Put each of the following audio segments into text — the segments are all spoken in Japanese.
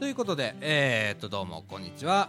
いうことで、どうもこんにちは。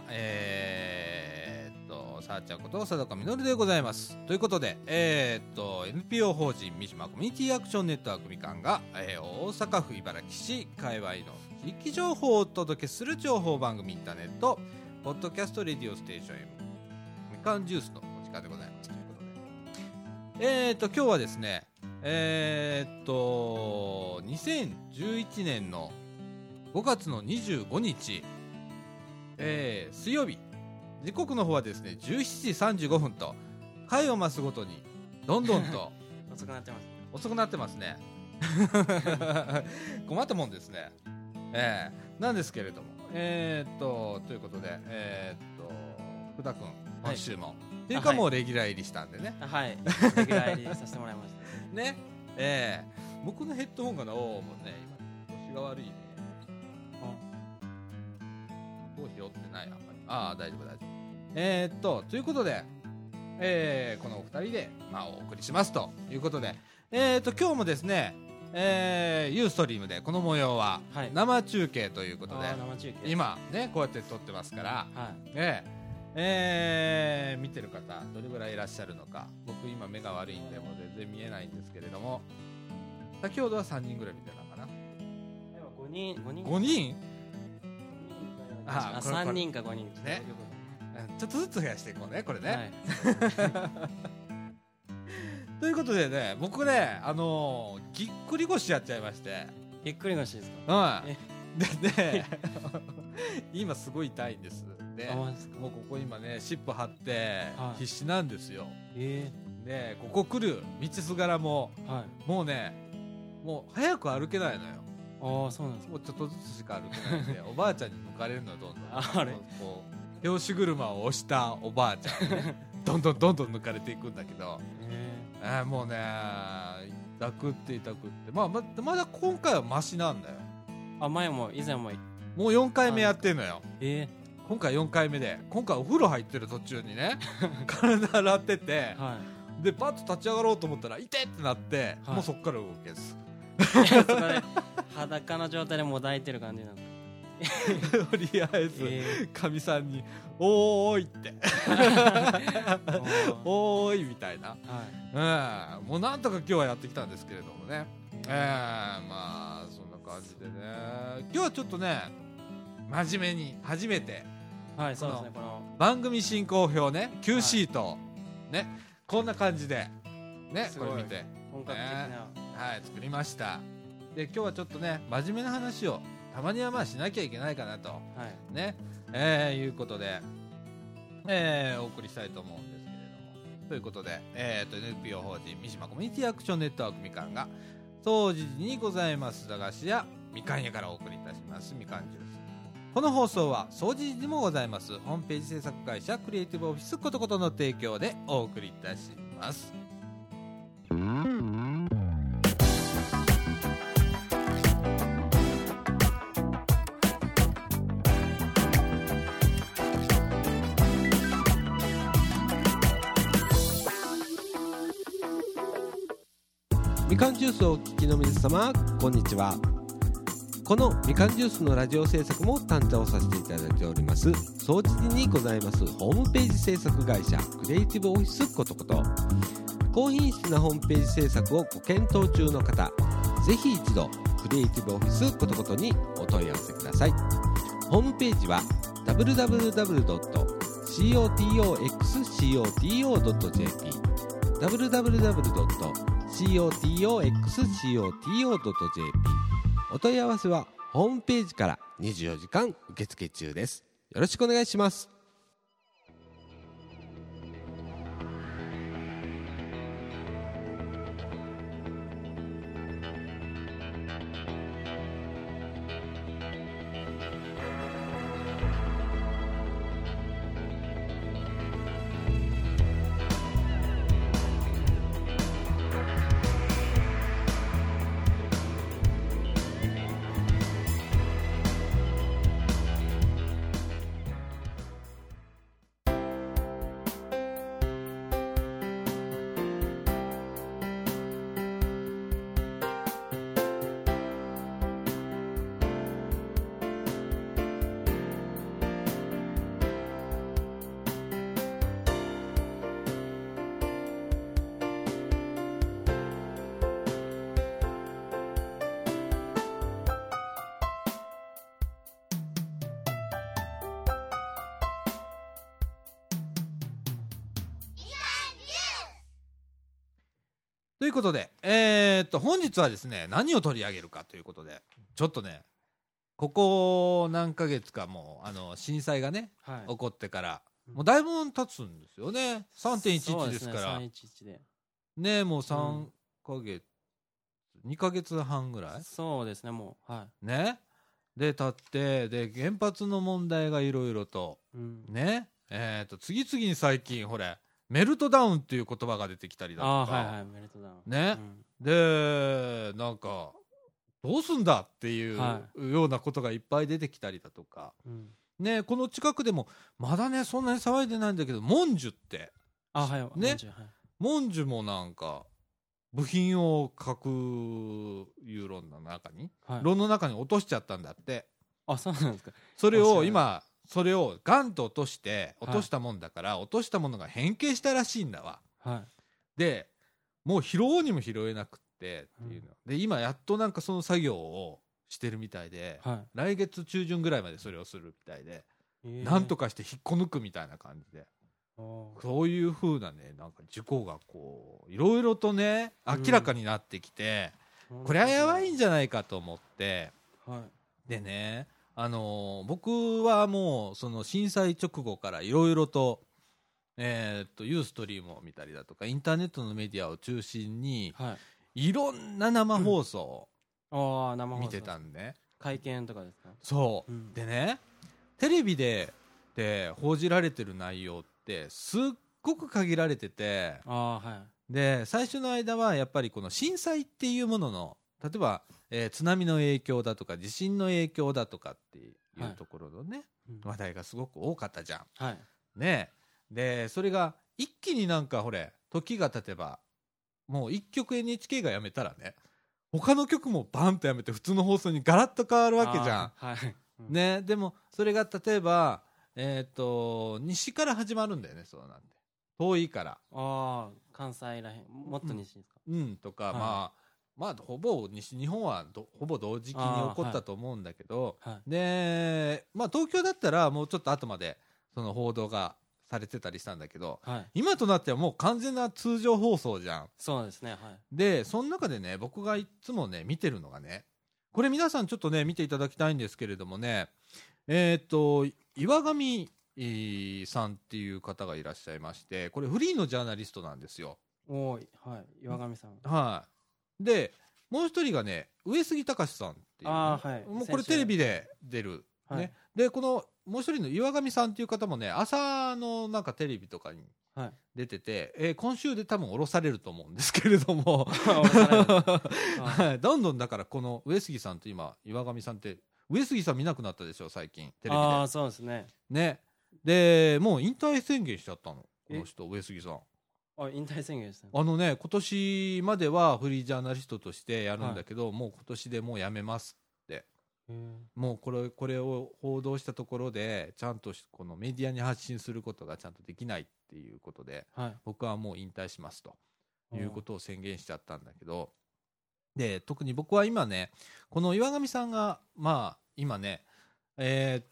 さあちゃんこと佐坂みのるでございます。ということで、NPO 法人三島コミュニティアクションネットワークみかんが、大阪府茨木市界隈の地域情報をお届けする情報番組インターネットポッドキャストレディオステーション M みかんジュースのお時間でございますということで、今日はですね、2011年の5月の25日、水曜日、時刻の方はですね17時35分と回を増すごとにどんどんと遅くなってます。 遅くなってますね困ったもんですね、なんですけれどもということで福田君今週も、っていうかもうレギュラー入りしたんでね、 はい、レギュラー入りさせてもらいましたね。僕のヘッドホンがもうね今腰が悪いね。どう拾ってないあんまり。大丈夫大丈夫。ということで、このお二人で、お送りしますということで、今日もですね、ユーストリームでこの模様は生中継ということで、 生中継今ねこうやって撮ってますから、見てる方どれぐらいいらっしゃるのか、僕今目が悪いんでもう全然見えないんですけれども、先ほどは3人ぐらい見てたかな。 5人 5人 3人か5人ね。ちょっとずつ増やしていこうねこれね、ということでね、僕ねぎっくり腰やっちゃいまして。 ぎっくり腰ですか？ で今すごい痛いんですで、もうここ今ね尻尾張って必死なんですよ。でここ来る道すがらも、もうねもう早く歩けないのよ。 そうなんです。 もうちょっとずつしか歩けないんでおばあちゃんに抜かれるのよ。どんどんあれこう手押し車を押したおばあちゃんに、ね、どんどん抜かれていくんだけど、もうね痛くってまだ今回はマシなんだよ。 前も以前ももう4回目やってんのよ。今回4回目で、今回お風呂入ってる途中にね体洗ってて、でパッと立ち上がろうと思ったら痛いってなって、もうそっから動けずそこで裸の状態でもだいてる感じなんだとりあえずかみさんにおーいっておーいみたいな、もうなんとか今日はやってきたんですけれどもね、そんな感じでね、今日はちょっとね真面目に初めて、 そうですね、この番組進行表ね Q シート、ねこんな感じでね、これ見て本格的な、 作りました。で今日はちょっとね真面目な話をたまにはしなきゃいけないかなと、ねいうことで、お送りしたいと思うんですけれども、ということで、NPO 法人三島コミュニティアクションネットワークみかんが総持寺にございます駄菓子屋みかん屋からお送りいたしますみかんジュース。この放送は総持寺にもございますホームページ制作会社クリエイティブオフィスことことの提供でお送りいたします。 みかんジュースをお聞きの皆様、こんにちは。このみかんジュースのラジオ制作も担当させていただいております総持寺にございますホームページ制作会社クリエイティブオフィスことこと、高品質なホームページ制作をご検討中の方、ぜひ一度クリエイティブオフィスことことにお問い合わせください。ホームページは www.cotoxcoto.jp www.cotoxcoto.jp、 お問い合わせはホームページから24時間受付中です。よろしくお願いします。 ということで、本日はですね、何を取り上げるかということで、ちょっとね、ここ何ヶ月かもう震災がね、 はい、 起こってからもうだいぶ経つんですよね。 3.11 ですから、 そうですね、3.11でね、もう3ヶ月、2ヶ月半ぐらい、 そうですね、もう、はい、 ね、で経って、で原発の問題がいろいろと、ね、次々に最近ほれメルトダウンっていう言葉が出てきたりだとか、 はいはい、メルトダウンね、でなんかどうすんだっていうようなことがいっぱい出てきたりだとか、ね、この近くでもまだねそんなに騒いでないんだけど、モンジュって、 はいね、モンジュもなんか部品を核ユーロンの中に、炉の中に落としちゃったんだって。 あ、そうなんですか。 それを今それをガンと落としたもんだから、落としたものが変形したらしいんだわ。でもう拾おうにも拾えなくってっていうの、で今やっとなんかその作業をしてるみたいで、来月中旬ぐらいまでそれをするみたいで、なんとかして引っこ抜くみたいな感じで、そういう風なね、なんか事故がこういろいろとね明らかになってきて、これはやばいんじゃないかと思って、でね、僕はもうその震災直後からいろいろとユーストリームを見たりだとか、インターネットのメディアを中心に、いろんな生放送を見てたんで、 会見とかですか。 そう、でね、テレビで報じられてる内容ってすっごく限られてて、で最初の間はやっぱりこの震災っていうものの、例えば、津波の影響だとか地震の影響だとかっていうところのね、話題がすごく多かったじゃん。ね、でそれが一気になんかほれ時が経てば、もう一曲 NHK がやめたらね、他の曲もバンとやめて普通の放送にガラッと変わるわけじゃん。ね、でもそれが例えば西から始まるんだよね。そうなんで遠いから、 関西らへん、もっと西ですか。 とか、まあほぼ西日本はほぼ同時期に起こったと思うんだけど、で東京だったらもうちょっと後までその報道がされてたりしたんだけど、今となってはもう完全な通常放送じゃん。 そうですね。 でその中でね、僕がいつもね見てるのがね、これ皆さんちょっとね見ていただきたいんですけれどもね、岩上さんっていう方がいらっしゃいまして、これフリーのジャーナリストなんですよ。 岩上さん。 でもう一人がね上杉隆さんっていう、もうこれテレビで出る、でこのもう一人の岩上さんっていう方もね、朝のなんかテレビとかに出てて、今週で多分降ろされると思うんですけれどもどんどんだからこの上杉さんと今岩上さんって、上杉さん見なくなったでしょ最近テレビで。 そうですね。 でもう引退宣言しちゃったの、この人上杉さん。 引退宣言ですね。 今年まではフリージャーナリストとしてやるんだけど、もう今年でもうやめますって。もうこれを報道したところでちゃんとこのメディアに発信することがちゃんとできないっていうことで、僕はもう引退しますということを宣言しちゃったんだけど、で特に僕は今ね、この岩上さんが今ねい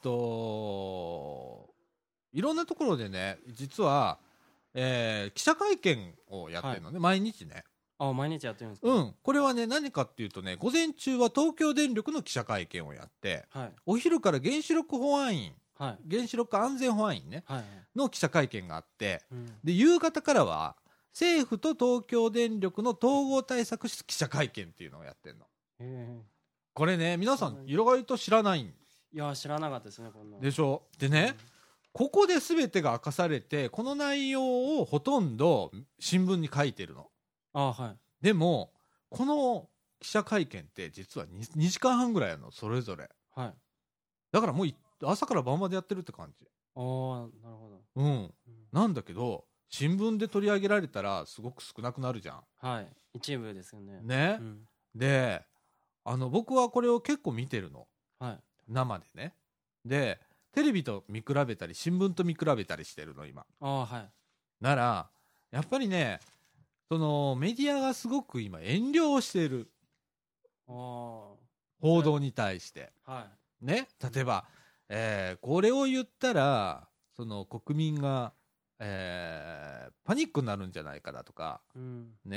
ろんなところでね、実は記者会見をやってるのね、毎日ね。 毎日やってるんですか。 これはね何かっていうとね、午前中は東京電力の記者会見をやって、お昼から原子力保安院、原子力安全保安院ね、の記者会見があって、で夕方からは政府と東京電力の統合対策室記者会見っていうのをやってるの。これね皆さん意外と知らないん。 いや知らなかったですね、こんなでしょ。でね、ここで全てが明かされて、この内容をほとんど新聞に書いてるの。でもこの記者会見って実は 2時間半ぐらいあるの、それぞれ。だからもう朝から晩までやってるって感じ。 なるほど。 なんだけど新聞で取り上げられたらすごく少なくなるじゃん。 一部ですよね。 で僕はこれを結構見てるの、生でね。でテレビと見比べたり新聞と見比べたりしてるの今。ならやっぱりね、そのメディアがすごく今遠慮をしている、報道に対して、ね、例えば、これを言ったらその国民が、パニックになるんじゃないかだとか、ね、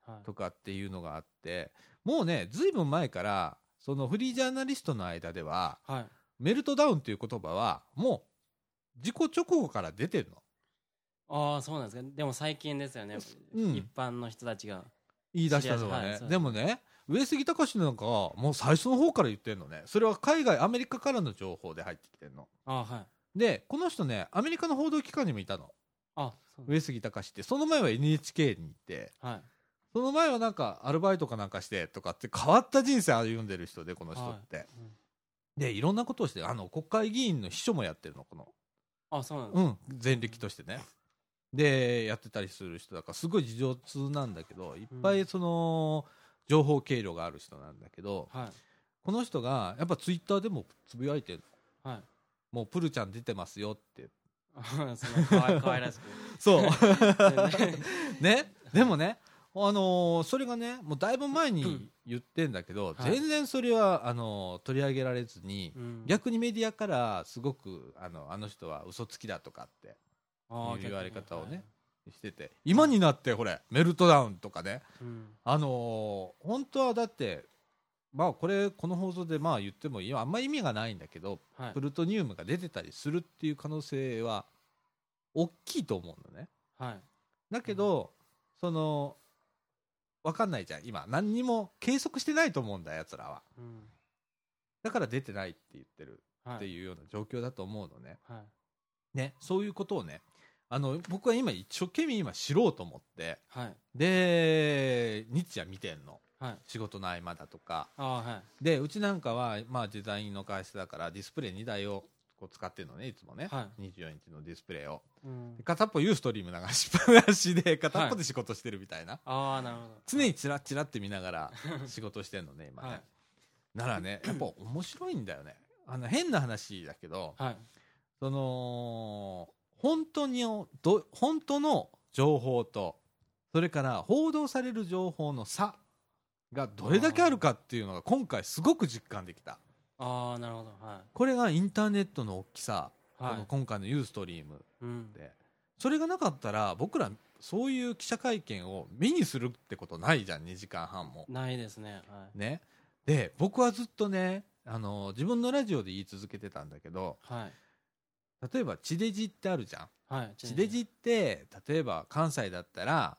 とかっていうのがあって、もうねずいぶん前からそのフリージャーナリストの間では、 はい、 メルトダウンっていう言葉はもう事故直後から出てるの。 ああそうなんですか。でも最近ですよね、一般の人たちが言い出したのはね、 はい、 でもね上杉隆なんかはもう最初の方から言ってるのね。それは海外アメリカからの情報で入ってきてるの。 はい、 でこの人ねアメリカの報道機関にもいたの。 そう上杉隆って。その前は NHK にいて、 はい、 その前はなんかアルバイトかなんかしてとかって変わった人生歩んでる人でこの人って、はい、でいろんなことをして国会議員の秘書もやってるのこの。 そうなんですか。 前歴としてね。でやってたりする人だからすごい事情通なんだけど、いっぱいその情報経路がある人なんだけど、はい、この人がやっぱツイッターでもつぶやいてるの、はい、もうプルちゃん出てますよってそのかわいらしくそうね。でもねそれがねもうだいぶ前に言ってんだけど、全然それは取り上げられずに、逆にメディアからすごくあの人は嘘つきだとかっていう言われ方をね、してて、今になってこれメルトダウンとかね、本当はだってまあこの放送でまあ言ってもあんまり意味がないんだけど、プルトニウムが出てたりするっていう可能性は大きいと思うのね、だけど、その分かんないじゃん、今何にも計測してないと思うんだやつらは、だから出てないって言ってるっていうような状況だと思うのね、ね、そういうことをね僕は今一生懸命知ろうと思って、で日夜見てんの、仕事の合間だとか、でうちなんかはまあデザインの会社だからディスプレイ2台をこう使ってるのねいつもね、24インチのディスプレイを、片っぽユーストリーム流しっぱなしで片っぽで仕事してるみたいな、 なるほど、 常にチラッチラって見ながら仕事してんのね今ね、ならねやっぱ面白いんだよね。変な話だけど、その本当の情報とそれから報道される情報の差がどれだけあるかっていうのが今回すごく実感できた。 なるほど、 これがインターネットの大きさ、この今回のユーストリームで、それがなかったら僕らそういう記者会見を目にするってことないじゃん。2時間半もないですね、 ね。で僕はずっとね自分のラジオで言い続けてたんだけど、例えば地デジってあるじゃん、地デジって例えば関西だったら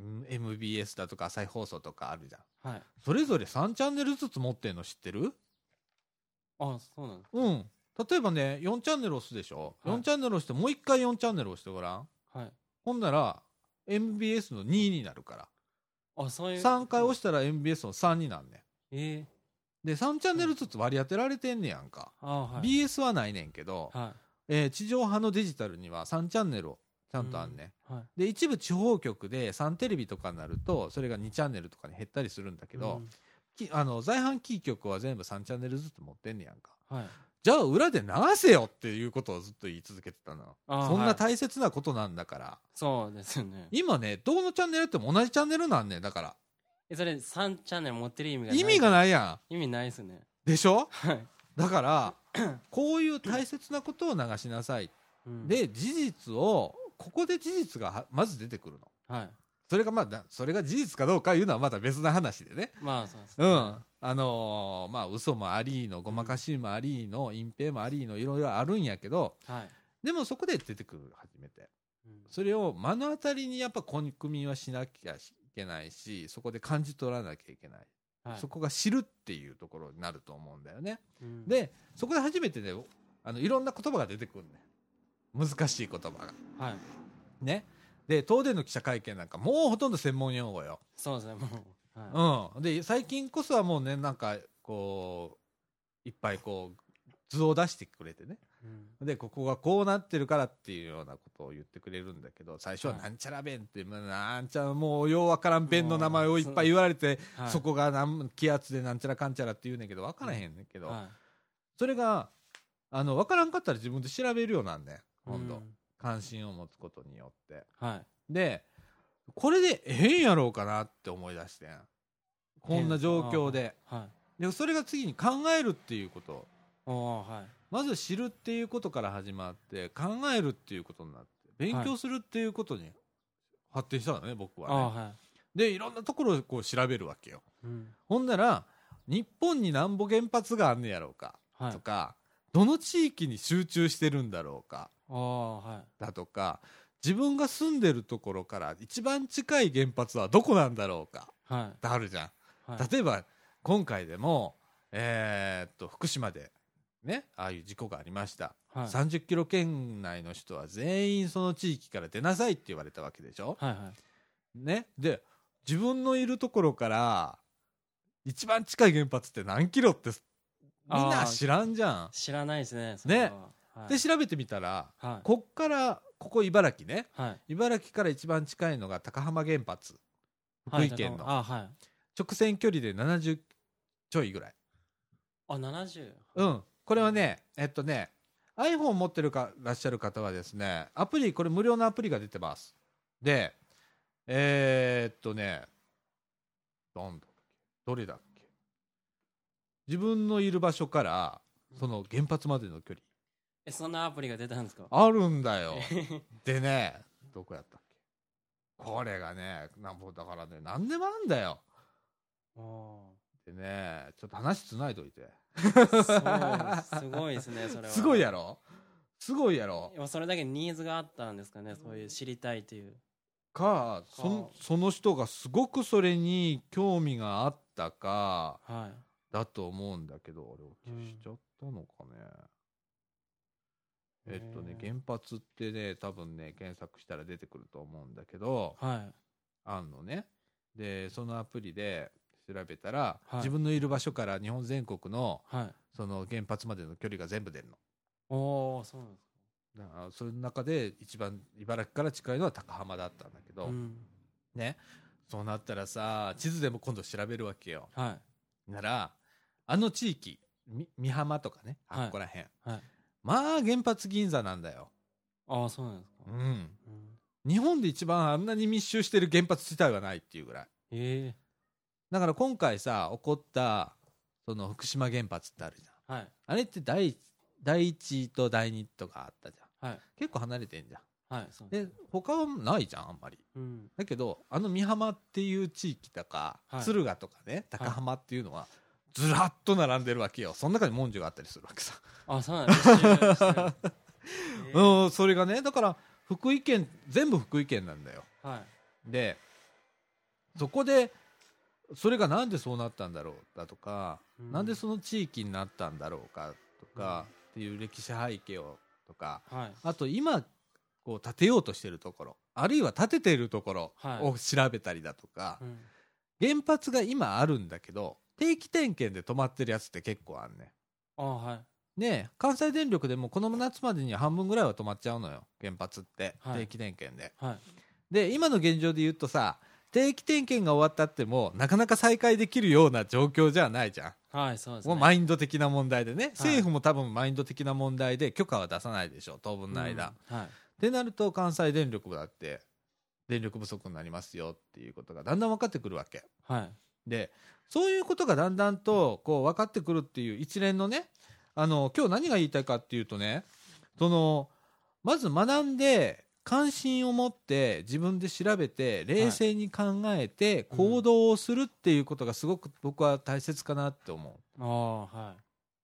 MBS だとか朝日放送とかあるじゃん、それぞれ3チャンネルずつ持ってるの知ってる？ そうなんですか。 例えばね4チャンネル押すでしょ、4チャンネル押してもう1回4チャンネル押してごらん、ほんなら MBS の2になるから、 そういう 3回押したら MBS の3になんねん、で3チャンネルずつ割り当てられてんねやんか、BS はないねんけど、地上波のデジタルには3チャンネルをちゃんとあんね、で一部地方局で3テレビとかになるとそれが2チャンネルとかに減ったりするんだけど、在阪キー局は全部3チャンネルずつ持ってんねやんか、じゃあ裏で流せよっていうことをずっと言い続けてたの。そんな大切なことなんだから、 そうですよね。 今ねどのチャンネルっても同じチャンネルなんねんだから、 それ3チャンネル持ってる意味がないやん。 意味ないですね。 でしょ、だからこういう大切なことを流しなさい、で事実をここで事実がまず出てくるの、それがそれが事実かどうかいうのはまた別な話でね、 そうですね、 嘘もありのごまかしもありの隠蔽もありのいろいろあるんやけど、でもそこで出てくる初めて、それを目の当たりにやっぱ国民はしなきゃいけないし、そこで感じ取らなきゃいけない、そこが知るっていうところになると思うんだよね、でそこで初めてねいろんな言葉が出てくるね、難しい言葉が、ね。で東電の記者会見なんかもうほとんど専門用語よ。 そうですね、もう、で最近こそはもうねなんかこういっぱいこう図を出してくれてね、でここがこうなってるからっていうようなことを言ってくれるんだけど、最初はなんちゃら弁って、なんちゃらもうようわからん弁の名前をいっぱい言われて、そこが気圧でなんちゃらかんちゃらって言うねんけど分からへんねんけど、それが分からんかったら自分で調べるようなんねん今度、関心を持つことによって、でこれで変やろうかなって思い出してん、こんな状況で、でそれが次に考えるっていうことを、まず知るっていうことから始まって考えるっていうことになって勉強するっていうことに発展したのね、僕はね、 でいろんなところをこう調べるわけよ、 うん、 ほんなら日本になんぼ原発があんねやろうか、はい、とかどの地域に集中してるんだろうか、はい、だとか自分が住んでるところから一番近い原発はどこなんだろうか、はい、ってあるじゃん、はい、例えば今回でも、福島でねああいう事故がありました、はい、30キロ圏内の人は全員その地域から出なさいって言われたわけでしょ、はいはい、ね、で自分のいるところから一番近い原発って何キロってみんな知らんじゃん。 知らないですね。 ね、はい、で調べてみたら、はい、ここ茨城ね、はい、茨城から一番近いのが高浜原発、福井県の、はい、直線距離で70ちょいぐらい。 あ、70？ うん。これはねiPhone 持ってらっしゃる方はですね、アプリこれ無料のアプリが出てます。でどれだっけ、自分のいる場所からその原発までの距離、 そんなアプリが出たんですか？ あるんだよでね、どこやったっけ、これがねだからね何でもあるんだよ。でねちょっと話つないどいてすごいですね、それは。 すごいやろ、すごいやろ。 それだけニーズがあったんですかね、そういう知りたいというか、その人がすごくそれに興味があったか、はい、だと思うんだけど、俺を消しちゃったのかね、原発ってね多分ね検索したら出てくると思うんだけど、はい、あんのね。でそのアプリで調べたら、はい、自分のいる場所から日本全国の、はい、その原発までの距離が全部出るの。 おー、そうなんですか。 だからその中で一番茨城から近いのは高浜だったんだけど、うん、ね、そうなったらさ地図でも今度調べるわけよ、はい、ならあの地域美浜とかね、あっこらへん、はいはい、まあ原発銀座なんだよ。 ああ、そうなんですか。 うん、うん、日本で一番あんなに密集してる原発自体はないっていうぐらい。だから今回さ起こったその福島原発ってあるじゃん、はい、あれって第1と第2とかあったじゃん、はい、結構離れてんじゃん、はい、そうで他はないじゃんあんまり、うん、だけどあの美浜っていう地域とか、はい、敦賀とかね高浜っていうのはずらっと並んでるわけよ。その中に文殊があったりするわけさ。 あ、そうなんですねそれがね、だから福井県全部福井県なんだよ、はい、でそこでそれがなんでそうなったんだろうだとか、うん、なんでその地域になったんだろうかとか、っていう歴史背景をとか、はい、あと今こう建てようとしてるところ、あるいは建てているところを調べたりだとか、はい、原発が今あるんだけど定期点検で止まってるやつって結構あんね。 あ、はい、 ね、関西電力でもこの夏までには半分ぐらいは止まっちゃうのよ原発って、はい、定期点検で、はい、で今の現状で言うとさ定期点検が終わったってもなかなか再開できるような状況じゃないじゃん。 はい、そうですね。 もうマインド的な問題でね、政府も多分マインド的な問題で許可は出さないでしょ当分の間、うん、はい、ってなると関西電力だって電力不足になりますよっていうことがだんだん分かってくるわけ、はい、でそういうことがだんだんとこう分かってくるっていう一連のね、今日何が言いたいかっていうとね、まず学んで関心を持って自分で調べて冷静に考えて行動をするっていうことがすごく僕は大切かなって思う、はい、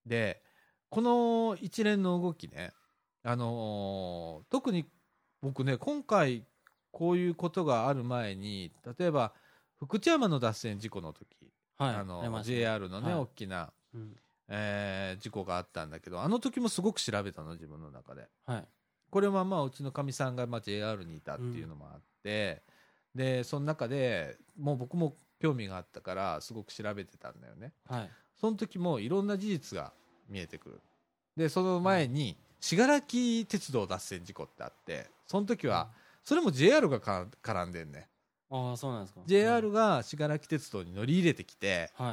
でこの一連の動きね、特に僕ね今回こういうことがある前に例えば福知山の脱線事故の時、はい、JR のね、はい、大きな、うん、事故があったんだけどあの時もすごく調べたの自分の中で、はい、これはまあうちのかみさんがまあ JR にいたっていうのもあって、うん、でその中でもう僕も興味があったからすごく調べてたんだよね、はい、その時もいろんな事実が見えてくる。でその前に信楽鉄道脱線事故ってあってその時はそれも JR が絡んでんね。 ああ、そうなんですか。 JR が信楽鉄道に乗り入れてきて、はい、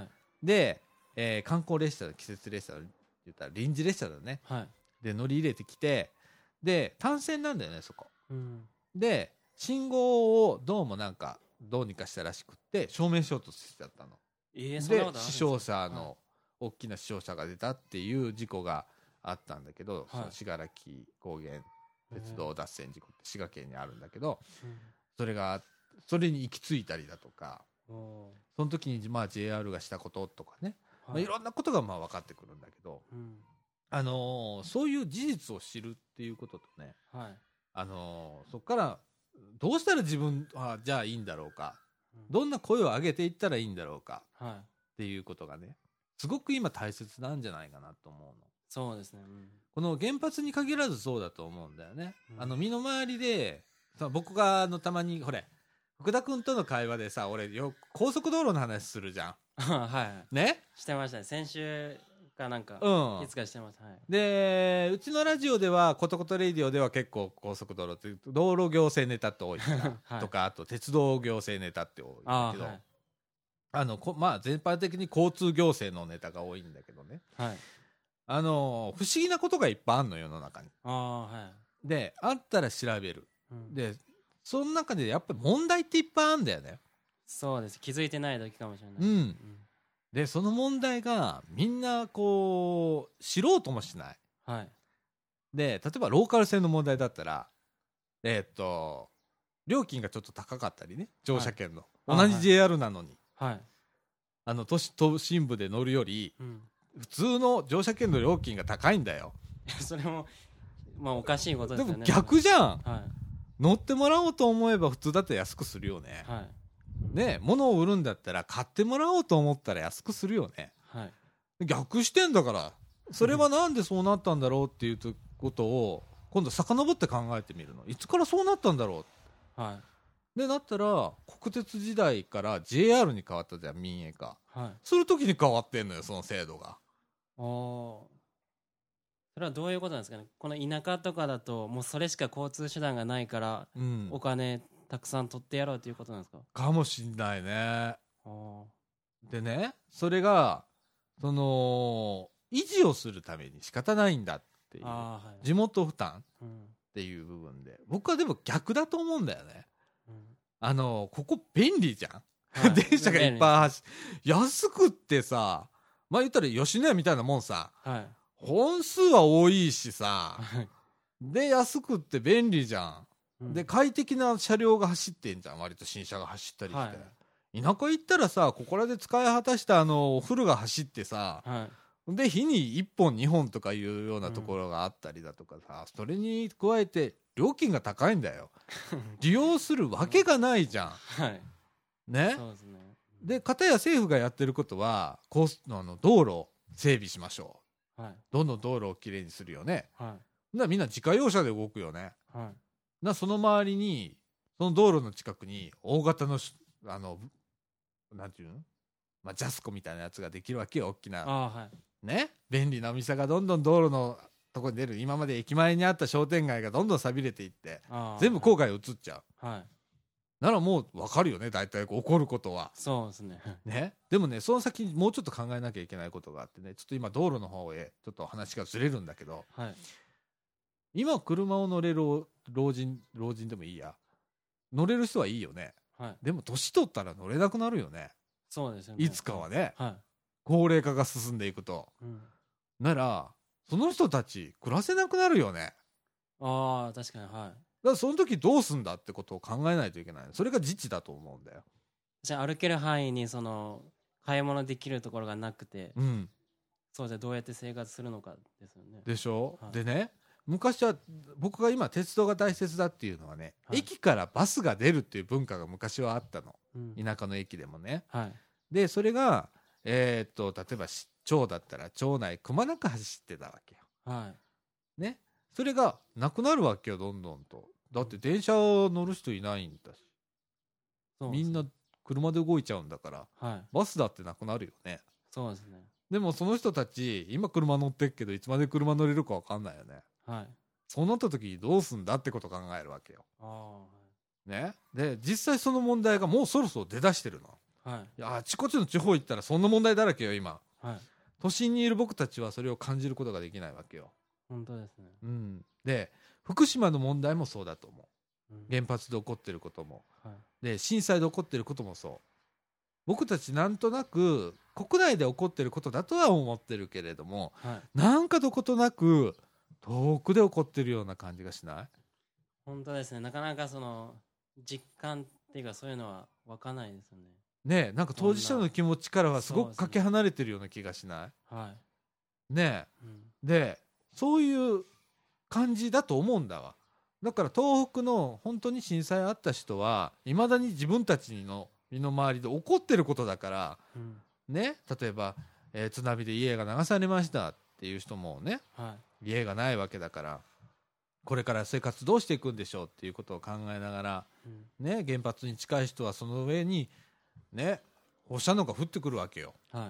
で、観光列車季節列車言ったら臨時列車だね、はい、で乗り入れてきてで単線なんだよねそこ、うん、で信号をどうにかしたらしくって正面衝突しちゃったの、で死傷者の、はい、大きな死傷者が出たっていう事故があったんだけど、はい、その信楽高原鉄道脱線事故って滋賀県にあるんだけど、うん、それがあっそれに行き着いたりだとか、その時にまあ JR がしたこととかね、まあ、いろんなことがまあ分かってくるんだけど、そういう事実を知るっていうこととね、そこからどうしたら自分はじゃあいいんだろうか、どんな声を上げていったらいいんだろうか、っていうことがねすごく今大切なんじゃないかなと思うの。 そうですね、 この原発に限らずそうだと思うんだよね、身の回りで僕がたまに福田君との会話でさ、俺高速道路の話するじゃんね、 してましたね、先週かなんか、いつかしてます、 でうちのラジオではコトコトレイディオでは結構高速道路って道路行政ネタって多いからとか、あと鉄道行政ネタって多いんだけど、まあ全般的に交通行政のネタが多いんだけどね、不思議なことがいっぱいあるの世の中に。であったら調べる、でその中でやっぱり問題っていっぱいあるんだよね。 そうです、気づいてない時かもしれない、 でその問題がみんなこう知ろうともしない、で例えばローカル線の問題だったら料金がちょっと高かったりね、乗車券の、同じ JR なのに、都心部で乗るより、普通の乗車券の料金が高いんだよ。 それもまあおかしいことですよね。 でも逆じゃん、乗ってもらおうと思えば普通だって安くするよね、ね、物を売るんだったら買ってもらおうと思ったら安くするよね、逆してんだから、それはなんでそうなったんだろうっていうことを今度遡って考えてみるの。いつからそうなったんだろう、でなったら国鉄時代から JR に変わったじゃん、民営化、する時に変わってんのよ、その制度が。 それはどういうことなんですかね。この田舎とかだともうそれしか交通手段がないから、お金たくさん取ってやろうということなんですか。 かもしんないね。でね、それがその維持をするために仕方ないんだっていう、地元負担っていう部分で、僕はでも逆だと思うんだよね。ここ便利じゃん、電車がいっぱい走って安くってさ、まあ言ったら吉野家みたいなもんさ、本数は多いしさ、で安くって便利じゃん、で快適な車両が走ってんじゃん、割と新車が走ったりして、田舎行ったらさ、ここらで使い果たしたお風呂が走ってさ、で日に1本2本とかいうようなところがあったりだとかさ、それに加えて料金が高いんだよ利用するわけがないじゃん、ね。で片や政府がやってることは道路整備しましょう、どんどん道路をきれいにするよね、みんな自家用車で動くよね、その周りにその道路の近くに大型のなんていうの、まあ、ジャスコみたいなやつができるわけよ、大きな、ね、便利なお店がどんどん道路のとこに出る。今まで駅前にあった商店街がどんどん寂れていって全部郊外に移っちゃう、ならもう分かるよね、大体起こることは。 そうですね。 でもね、その先にもうちょっと考えなきゃいけないことがあってね、ちょっと今道路の方へちょっと話がずれるんだけど、今車を乗れる老人でもいいや、乗れる人はいいよね、でも年取ったら乗れなくなるよね。 そうですよね、 いつかはね、高齢化が進んでいくと、ならその人たち暮らせなくなるよね。 確かに。だからその時どうすんだってことを考えないといけない。それが自治だと思うんだよ。 じゃあ歩ける範囲にその買い物できるところがなくて、そうじゃどうやって生活するのかですよね。 でしょ、でね、昔は僕が今鉄道が大切だっていうのはね、駅からバスが出るっていう文化が昔はあったの、田舎の駅でもね、でそれが例えば町だったら町内くまなく走ってたわけよ、ね、それがなくなるわけよ、どんどんと。だって電車乗る人いないんだし、みんな車で動いちゃうんだから、バスだってなくなるよね。 そうですね。 でもその人たち今車乗ってっけどいつまで車乗れるか分かんないよね、そうなった時にどうすんだってことを考えるわけよ、ね。で実際その問題がもうそろそろ出だしてるの、いやあちこちの地方行ったらそんな問題だらけよ今、都心にいる僕たちはそれを感じることができないわけよ。 本当ですね、 で福島の問題もそうだと思う、原発で起こってることも、で震災で起こってることもそう。僕たちなんとなく国内で起こってることだとは思ってるけれども、なんかどことなく遠くで起こってるような感じがしない？ 本当ですね。なかなかその実感っていうかそういうのは湧かないですよね。 ねえ、なんか当事者の気持ちからはすごくかけ離れてるような気がしない？ はい。 ねえ、 うん、 でそういう感じだと思うんだわ。だから東北の本当に震災あった人はいまだに自分たちの身の回りで起こってることだから、うん、ね、例えば、津波で家が流されましたっていう人もね、はい、家がないわけだからこれから生活どうしていくんでしょうっていうことを考えながら、うんね、原発に近い人はその上にね放射能が降ってくるわけよ。はい、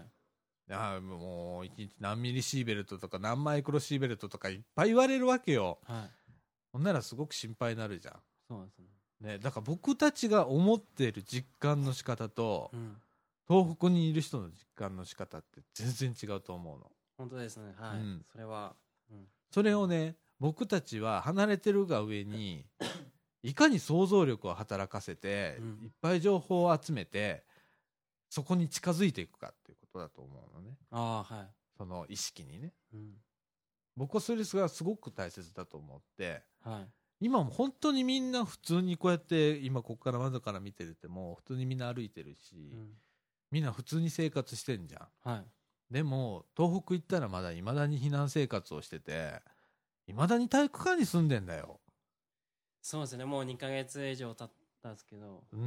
もう1日何ミリシーベルトとか何マイクロシーベルトとかいっぱい言われるわけよ。はい、ほんならすごく心配になるじゃん。そうですね。だから僕たちが思っている実感の仕方と、うん、東北にいる人の実感の仕方って全然違うと思うの。 本当ですね。はい。うん、それは、 うん、それをね僕たちは離れてるが上にいかに想像力を働かせて、うん、いっぱい情報を集めてそこに近づいていくかっていうことだと思うのね。あ、はい、その意識にね、うん、僕はそれがすごく大切だと思って、はい、今も本当にみんな普通にこうやって今ここから窓から見てても普通にみんな歩いてるし、うん、みんな普通に生活してんじゃん、はい、でも東北行ったらまだ未だに避難生活をしてて未だに体育館に住んでんだよ。 そうですね。もう2ヶ月以上経ったんですけど、 うん、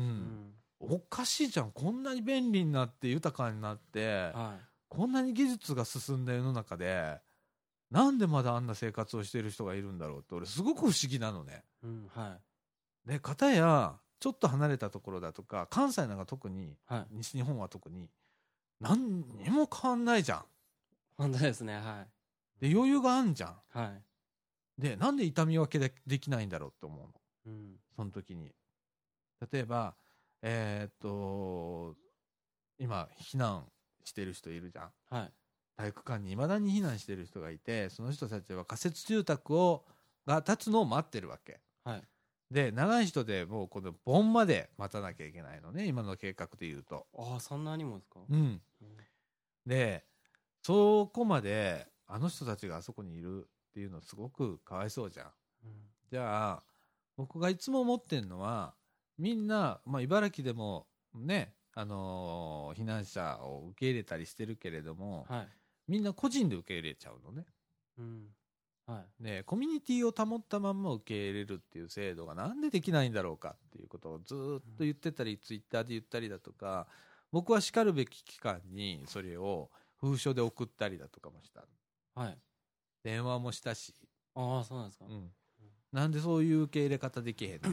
おかしいじゃん。こんなに便利になって豊かになって、はい、こんなに技術が進んだ世の中でなんでまだあんな生活をしている人がいるんだろうって俺すごく不思議なのね。うん、はい。で片やちょっと離れたところだとか関西なんか特に、はい、西日本は特に何にも変わんないじゃん。 本当ですね。はい。 で余裕があんじゃん。はい。でなんで痛み分けできないんだろうって思うの、うん、その時に例えば今避難してる人いるじゃん、はい、体育館に未だに避難してる人がいてその人たちは仮設住宅が建つのを待ってるわけ、はい、で長い人でもうこの盆まで待たなきゃいけないのね今の計画でいうと。 ああそんなにもですか。 うん、でそこまであの人たちがあそこにいるっていうのすごくかわいそうじゃん、うん、じゃあ僕がいつも思ってんのはみんな、まあ、茨城でもね、避難者を受け入れたりしてるけれども、はい、みんな個人で受け入れちゃうのね、うんはい、でコミュニティを保ったまんま受け入れるっていう制度がなんでできないんだろうかっていうことをずっと言ってたり、ツイッターで言ったりだとか僕はしかるべき機関にそれを封書で送ったりだとかもした、はい、電話もしたし。 ああそうなんですか、うん、 なんでそういう受け入れ方できへんねんっつって、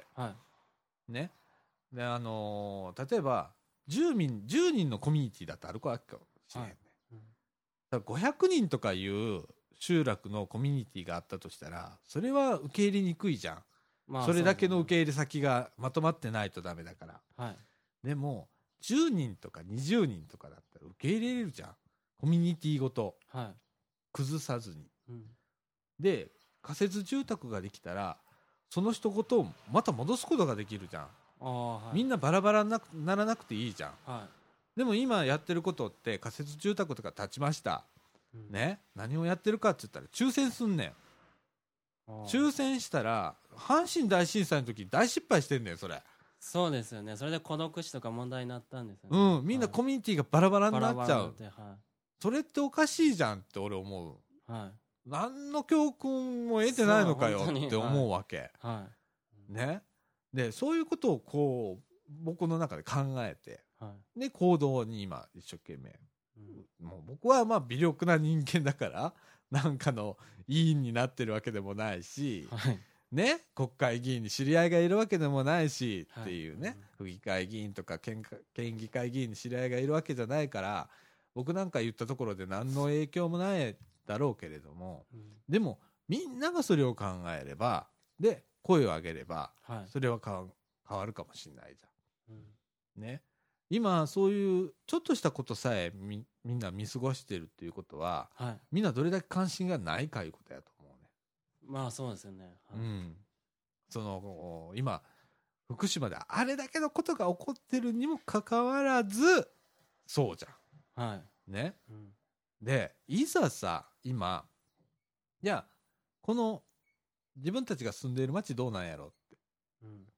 はいね、で例えば10人のコミュニティだってあるかもしれへんね、はいだから500人とかいう集落のコミュニティがあったとしたらそれは受け入れにくいじゃん、まあ、それだけの受け入れ先がまとまってないとダメだから、はい、でも10人とか20人とかだったら受け入れれるじゃんコミュニティごと、はい、崩さずに、うん、で仮設住宅ができたらその人ごとまた戻すことができるじゃん。はい、みんなバラバラに ならなくていいじゃん、はい、でも今やってることって仮設住宅とか建ちました、うんね、何をやってるかって言ったら抽選すんねん。抽選したら阪神大震災の時大失敗してんねんそれ。 そうですよね。それで孤独死とか問題になったんですよね、 うん、みんなコミュニティがバラバラになっちゃう、はい、それっておかしいじゃんって俺思う、はい、何の教訓も得てないのかよって思うわけ、はいね、でそういうことをこう僕の中で考えて、はい、で行動に今一生懸命、うん、もう僕はまあ微力な人間だからなんかの委員になってるわけでもないし、はいね、国会議員に知り合いがいるわけでもないし、はい、っていうね、府議会議員とか県議会議員に知り合いがいるわけじゃないから僕なんか言ったところで何の影響もないだろうけれども、うん、でもみんながそれを考えればで声を上げれば、はい、それは変わるかもしれないじゃん、うんね、今そういうちょっとしたことさえみんな見過ごしてるっていうことは、はい、みんなどれだけ関心がないかいうことやと思うね。 まあそうですよね、はい、うん、 その今福島であれだけのことが起こってるにもかかわらずそうじゃん、はいね、うん、でいざさ今いやこの自分たちが住んでいる町どうなんやろって、うん、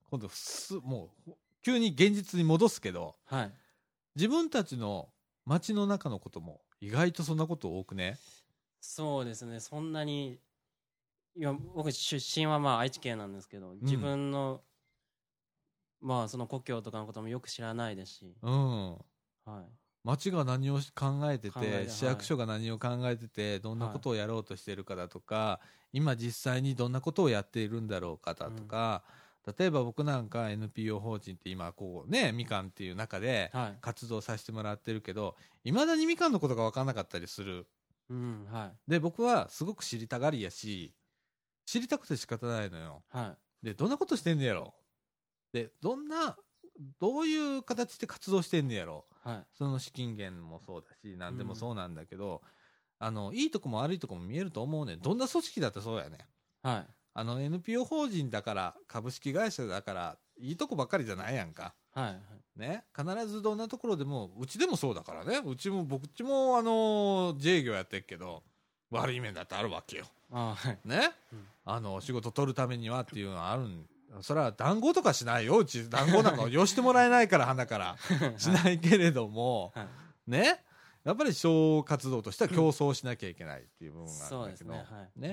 今度もう急に現実に戻すけど、 はい、 自分たちの街の中のことも意外とそんなこと多くね。 そうですね。そんなに、いや僕出身はまあ愛知県なんですけど、自分の、まあその故郷とかのこともよく知らないですし、 うん、 はい、 町が何を考えてて、市役所が何を考えてて、どんなことをやろうとしてるかだとか、今実際にどんなことをやっているんだろうかだとか、例えば僕なんか NPO 法人って今こうね、みかんっていう中で活動させてもらってるけど、いまだにみかんのことが分からなかったりする。で、僕はすごく知りたがりやし、知りたくて仕方ないのよ。で、どんなことしてんねやろ。で、どういう形で活動してんねやろ。その資金源もそうだし、何でもそうなんだけど、いいとこも悪いとこも見えると思うね。どんな組織だってそうやね。NPO 法人だから株式会社だからいいとこばっかりじゃないやんか、ね、必ずどんなところでもうちでもそうだからね。僕っちも自営業やってるけど悪い面だってあるわけよ、ね、仕事取るためにはっていうのはあるん。それは談合とかしないよ。うち談合なんかよしてもらえないから鼻からしないけれども、ね、やっぱり小活動としては競争しなきゃいけないっていう部分があるんだけど、ね、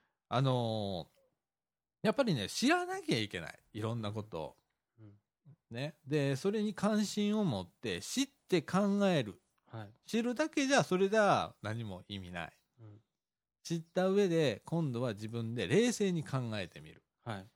やっぱりね、知らなきゃいけない。いろんなことを。ね。で、それに関心を持って、知って考える。知るだけじゃ、それでは何も意味ない。知った上で、今度は自分で冷静に考えてみる。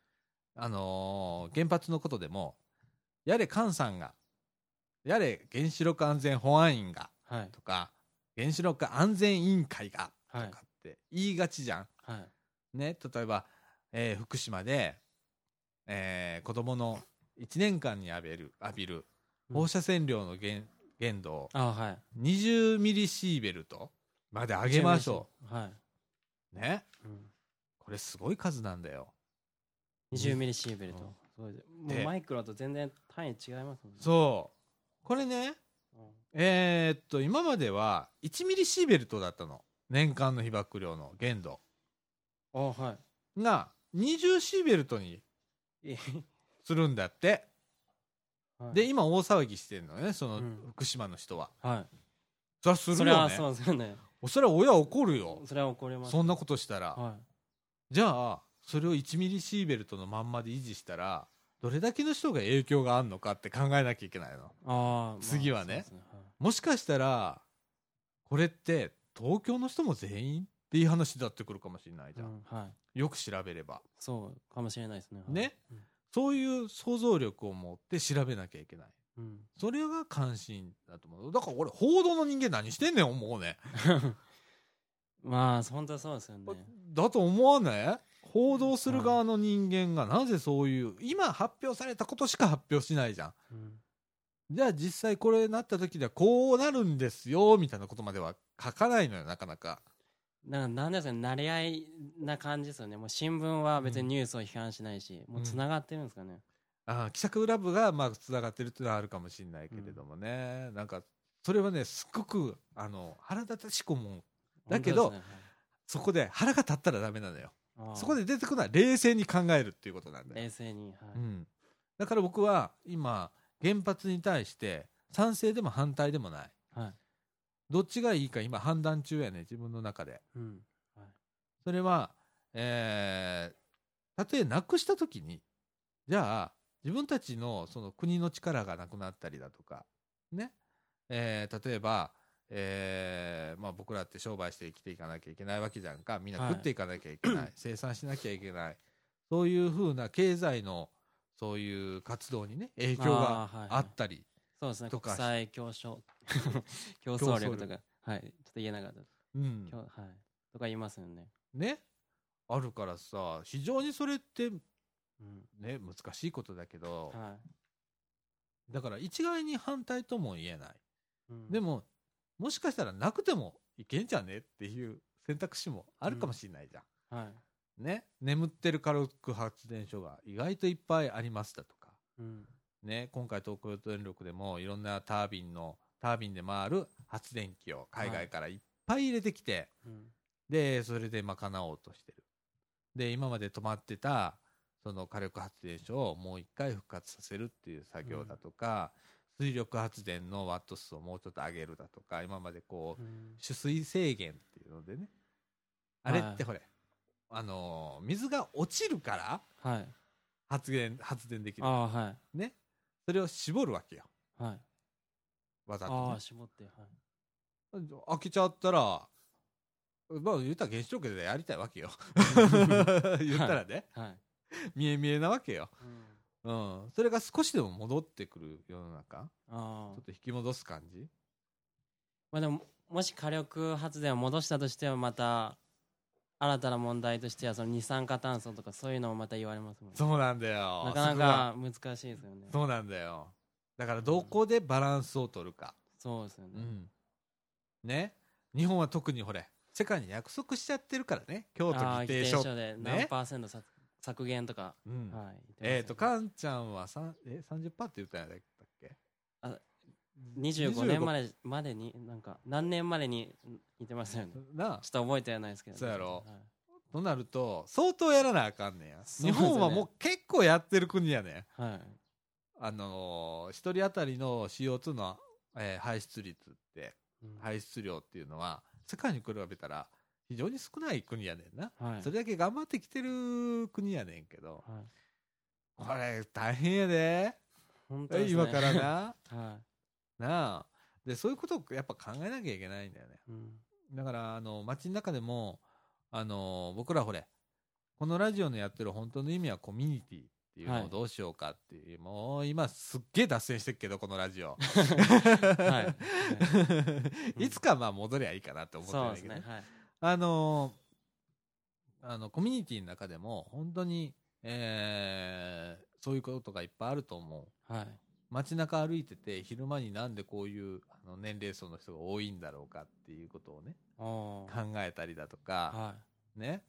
原発のことでも、やれ菅さんが、やれ原子力安全保安院が、とか、原子力安全委員会が、とかって言いがちじゃん。ね。例えば、福島で、子供の1年間に浴びる放射線量の限度を20ミリシーベルトまで上げましょう。ね、これすごい数なんだよ。 20ミリシーベルト。もうマイクロと全然単位違いますもんね。 そう。これね、今までは1ミリシーベルトだったの。年間の被曝量の限度。が、20シーベルトにするんだって。で、今大騒ぎしてるのね、その福島の人は。そりゃするよね。 そうですよね。 それは親怒るよ。 それは怒ります。 そんなことしたら。じゃあ、それを1ミリシーベルトのまんまで維持したら、どれだけの人が影響があるのかって考えなきゃいけないの。次はね。もしかしたら、これって東京の人も全員っていう話になってくるかもしれないじゃん。よく調べれば。 そうかもしれないですね。 ね。そういう想像力を持って調べなきゃいけない。それが関心だと思う。だから俺、報道の人間何してんねん、思うね。 まあ、本当はそうですよね。 だと思わない？報道する側の人間がなぜそういう、今発表されたことしか発表しないじゃん。じゃあ実際これなった時ではこうなるんですよ、みたいなことまでは書かないのよ、なかなか。 なんですかね、慣れ合いな感じですよね。もう新聞は別にニュースを批判しないし、もうつながってるんですかね。 記者クラブがまあつながってるっていうのはあるかもしれないけれどもね。なんか、それはね、すっごく、腹立たしくも。だけど、そこで腹が立ったらダメなのよ。そこで出てくるのは冷静に考えるっていうことなんだよ。 冷静に。 だから僕は今、原発に対して賛成でも反対でもない。どっちがいいか今判断中やね、自分の中で。それは、たとえなくしたときに、じゃあ、自分たちのその国の力がなくなったりだとか、ね。例えば、まあ僕らって商売して生きていかなきゃいけないわけじゃんか。みんな食っていかなきゃいけない。生産しなきゃいけない。そういうふうな経済の、そういう活動にね、影響があったり。 そうですね、国際競争力とか、ちょっと言えなかった。とか言いますよね。 ね。あるからさ、非常にそれって、ね、難しいことだけど、だから一概に反対とも言えない。でも、もしかしたらなくてもいけんじゃねっていう選択肢もあるかもしれないじゃん。ね。眠ってる火力発電所が意外といっぱいありますだとか。ね。今回東京電力でもいろんなタービンで回る発電機を海外からいっぱい入れてきて、で、それで賄おうとしてる。で、今まで止まってた、 その火力発電所をもう一回復活させるっていう作業だとか、水力発電のワット数をもうちょっと上げるだとか、今までこう、取水制限っていうのでね、あれってほれ、水が落ちるから発電できる、ね、それを絞るわけよ、わざと、ね、 絞って、 開けちゃったら、まあ言ったら原子力でやりたいわけよ言ったらね、見え見えなわけよ、それが少しでも戻ってくる世の中、ちょっと引き戻す感じ。 まあでも、もし火力発電を戻したとしても、また新たな問題としてはその二酸化炭素とかそういうのもまた言われますもんね。 そうなんだよ、 なかなか難しいですよね。 そうなんだよ。だからどこでバランスを取るか、 そうですよね、 ね。日本は特にほれ世界に約束しちゃってるからね、京都議定書で何パーセント削減とか、 かんちゃんは30%って言ったんだっけ ？25年までになんか何年までに言ってましたよね。ちょっと覚えてはないですけど、 そうやろ、となると相当やらなあかんねや。日本はもう結構やってる国やね、1人当たりの CO2 の、排出率って、排出量っていうのは世界に比べたら非常に少ない国やねんな、それだけ頑張ってきてる国やねんけど、これ大変やで、 本当ですね、 今からななあ、でそういうことをやっぱ考えなきゃいけないんだよね、だから街の中でも僕らほれこのラジオのやってる本当の意味はコミュニティっていうのをどうしようかっていう、もう今すっげえ脱線してるけどこのラジオいつかまあ戻りゃいいかなと思ってるんだけど、コミュニティの中でも本当に、そういうことがいっぱいあると思う、街中歩いてて昼間になんでこういう年齢層の人が多いんだろうかっていうことをね考えたりだとか、ね、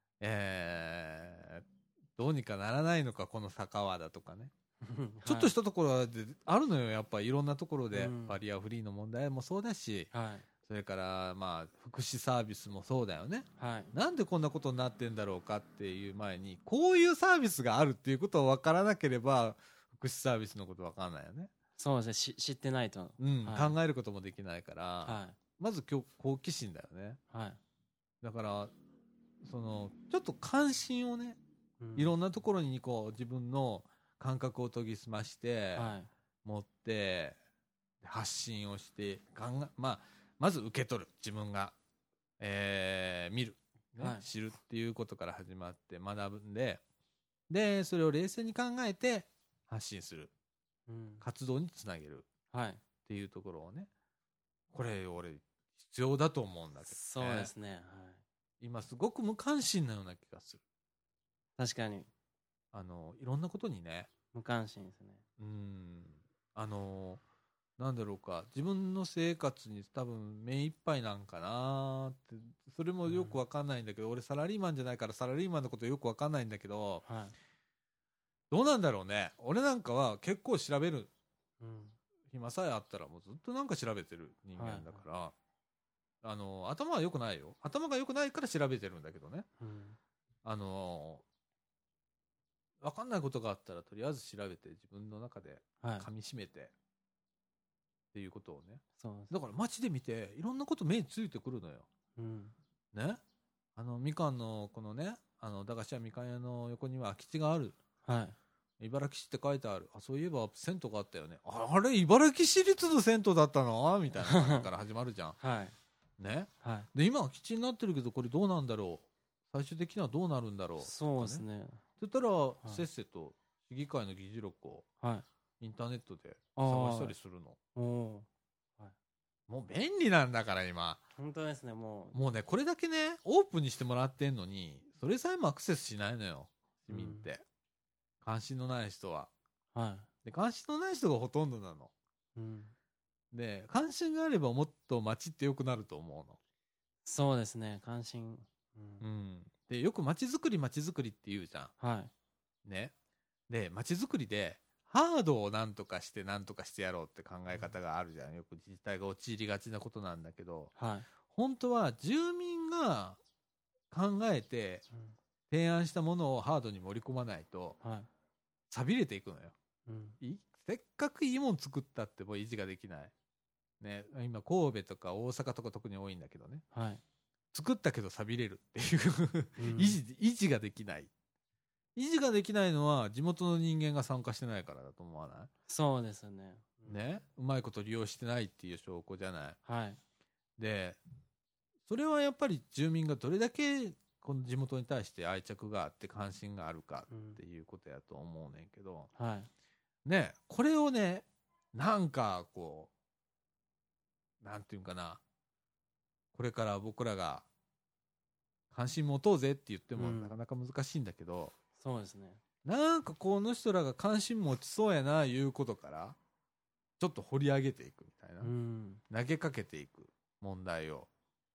どうにかならないのかこの坂はだとかねちょっとしたところであるのよ、やっぱいろんなところで、バリアフリーの問題もそうだし、それからまあ福祉サービスもそうだよね、なんでこんなことになってんだろうかっていう前にこういうサービスがあるっていうことを分からなければ福祉サービスのこと分からないよね。 そうですね、知ってないと、 考えることもできないから、まず好奇心だよね、だからちょっと関心をね、いろんなところにこう自分の感覚を研ぎ澄まして、持って発信をしてまず受け取る、自分が、見る、知るっていうことから始まって学ぶんで、それを冷静に考えて発信する、活動につなげるっていうところをね、これ俺必要だと思うんだけどね。 そうですね、 今すごく無関心なような気がする。 確かにいろんなことにね無関心ですね。 なんだろうか、自分の生活に多分目いっぱいなんかなって、それもよくわかんないんだけど、俺サラリーマンじゃないからサラリーマンのことよくわかんないんだけど、どうなんだろうね。俺なんかは結構調べる、暇さえあったらもうずっとなんか調べてる人間だから、頭は良くないよ。頭が良くないから調べてるんだけどね、わかんないことがあったらとりあえず調べて自分の中で噛み締めて、っていうことをね。だから街で見ていろんなこと目についてくるのよ、ね。みかんのこのね、駄菓子屋みかん屋の横には空き地がある、茨城市って書いてある。そういえば銭湯があったよね。あれ茨城市立の銭湯だったのみたいな感じから始まるじゃんね、で今空き地になってるけどこれどうなんだろう、最終的にはどうなるんだろう、 そうですね。 って言ったら、せっせと市議会の議事録をインターネットで探したりするの。もう便利なんだから今。 本当ですね。もうね、これだけねオープンにしてもらってんのにそれさえもアクセスしないのよ、市民って、関心のない人は。で関心のない人がほとんどなの、で関心があればもっと街って良くなると思うの。 そうですね、関心、 でよく街づくりって言うじゃん、ね。で街づくりでハードをなんとかしてやろうって考え方があるじゃん。よく自治体が陥りがちなことなんだけど、本当は住民が考えて、 提案したものをハードに盛り込まないと、 はい。 錆びれていくのよ。 うん。 せっかくいいもん作ったってもう維持ができない。ね、今神戸とか大阪とか特に多いんだけどね。 はい。 作ったけど錆びれるっていううん維持ができない。維持ができないのは地元の人間が参加してないからだと思わなそうですね。 い？ね、うまいこと利用してないっていう証拠じゃない。 はい。 で、それはやっぱり住民がどれだけこの地元に対して愛着があって関心があるかっていうことやと思うねんけど、 はい。 ね、これをね、なんかこう、なんていうんかな、これから僕らが関心持とうぜって言ってもうんなかなか難しいんだけど、 そうですね。 なんかこの人らが関心持ちそうやないうことからちょっと掘り上げていくみたいな、 うん。 投げかけていく問題を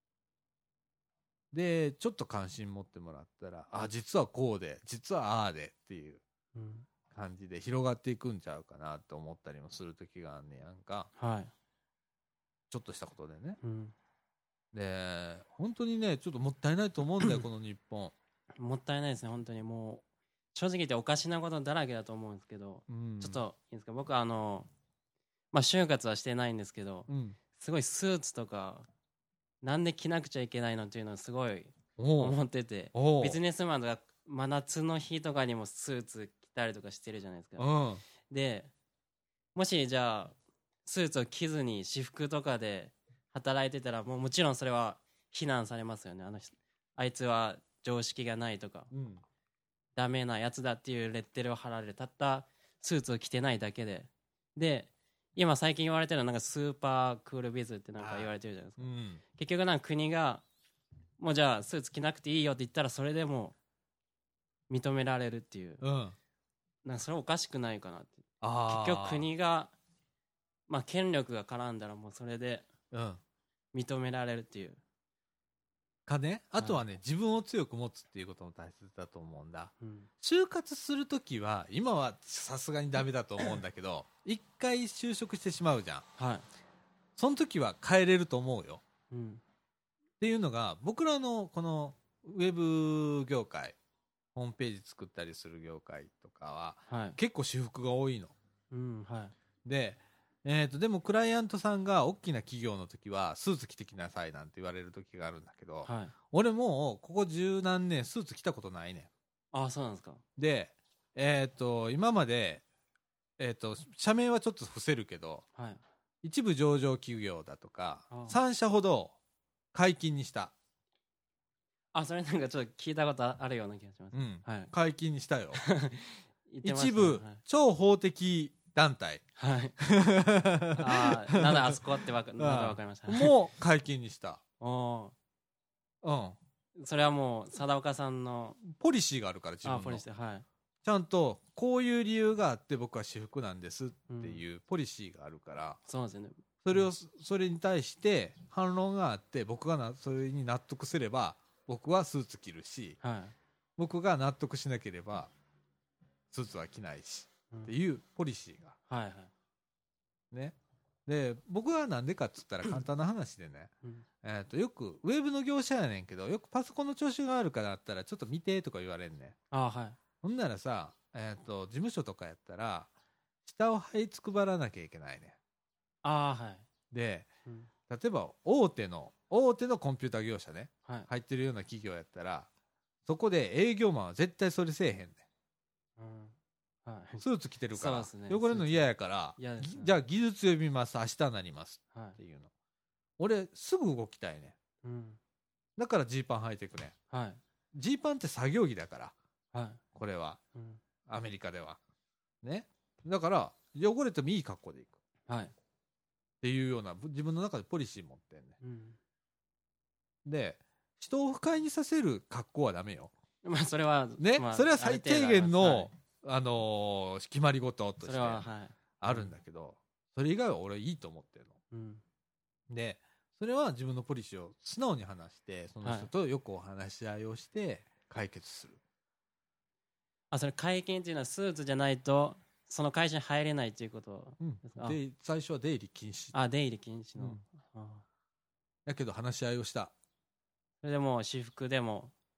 でちょっと関心持ってもらったら、あ、実はこうで実はああでっていううん。 感じで広がっていくんちゃうかなって思ったりもする時があんねやんか、 はい。 ちょっとしたことでね。 うん。 で本当にねちょっともったいないと思うんだよこの日本。 もったいないですね、本当に。もう、正直言っておかしなことだらけだと思うんですけど、 うんちょっといいですか、僕まあ、就活はしてないんですけど、 うんすごいスーツとか、なんで着なくちゃいけないのっていうのをすごいおう思ってて、 おうビジネスマンとか真夏の日とかにもスーツ着たりとかしてるじゃないですか。 うんで、もしじゃあ、スーツを着ずに私服とかで働いてたら、もちろんそれは非難されますよね。あいつは常識がないとか、 うんダメなやつだっていうレッテルを貼られる。たったスーツを着てないだけで。で、今最近言われてるのはなんかスーパークールビズってなんか言われてるじゃないですか。 うん結局なんか国が、もうじゃあスーツ着なくていいよって言ったらそれでも認められるっていう。 うんなんかそれおかしくないかなって。 あ結局国が、まあ権力が絡んだらもうそれでうん認められるっていう。 かね、あとはね、自分を強く持つっていうことも大切だと思うんだ。 うん。 就活するときは今はさすがにダメだと思うんだけど一回就職してしまうじゃん。 はい。 その時は変えれると思うようん。 っていうのが、僕らのこのウェブ業界、ホームページ作ったりする業界とかははい。 結構私服が多いのうん。はい。 で、でもクライアントさんが大きな企業の時はスーツ着てきなさいなんて言われる時があるんだけど、 はい。 俺もうここ十何年スーツ着たことないねああ、そうなんですか。 んで、今まで、社名はちょっと伏せるけどはい。 一部上場企業だとかああ 3社ほど解禁にした、 あ、それなんかちょっと聞いたことあるような気がします。 うん、 はい。 解禁にしたよ言ってましたね一部超法的団体はい。はい。ああ、なんだあそこってなんかわかりました。 もう解禁にした、 おうん、 ーそれはもう、貞岡さんの、 ポリシーがあるから自分のポリシー、はい。 ちゃんとこういう理由があって僕は私服なんですっていうポリシーがあるから、 そうですよね。 それに対して反論があって僕がそれに納得すれば僕はスーツ着るし、 は僕が納得しなければスーツは着ないしい。 っていうポリシーがはいはい。 ね。で僕はなんでかっつったら簡単な話でね、 うんよくウェブの業者やねんけどよくパソコンの調子があるからあったらちょっと見てとか言われんねん。 あはい。 ほんならさ、事務所とかやったら下を這いつくばらなきゃいけないね。 あはい。 でうん例えば大手のコンピューター業者ねはい。 入ってるような企業やったらそこで営業マンは絶対それせえへんねうんはいん。スーツ着てるからそうですね汚れるの嫌やから嫌ですねじゃあ技術呼びます明日なりますはっていうの。俺すぐ動きたいね。 うんだからジーパン履いていくね。 はいジーパンって作業着だからはいこれはうんアメリカではね。だから汚れてもいい格好でいくっはいていうような自分の中でポリシー持ってんねうんで人を不快にさせる格好はダメよまあそれはね、 まあそれは最低限の、 ある決まり事として程度ありますはいそれははいあるんだけど、それ以外は俺いいと思ってるうんのでそれは自分のポリシーを素直に話してその人とよくお話し合いをして解決する、 それ解禁っていうのはスーツじゃないとその会社に入れないっていうことですかで最初は出入り禁止出入り禁止のだけど話し合いをした、 それでもう私服でも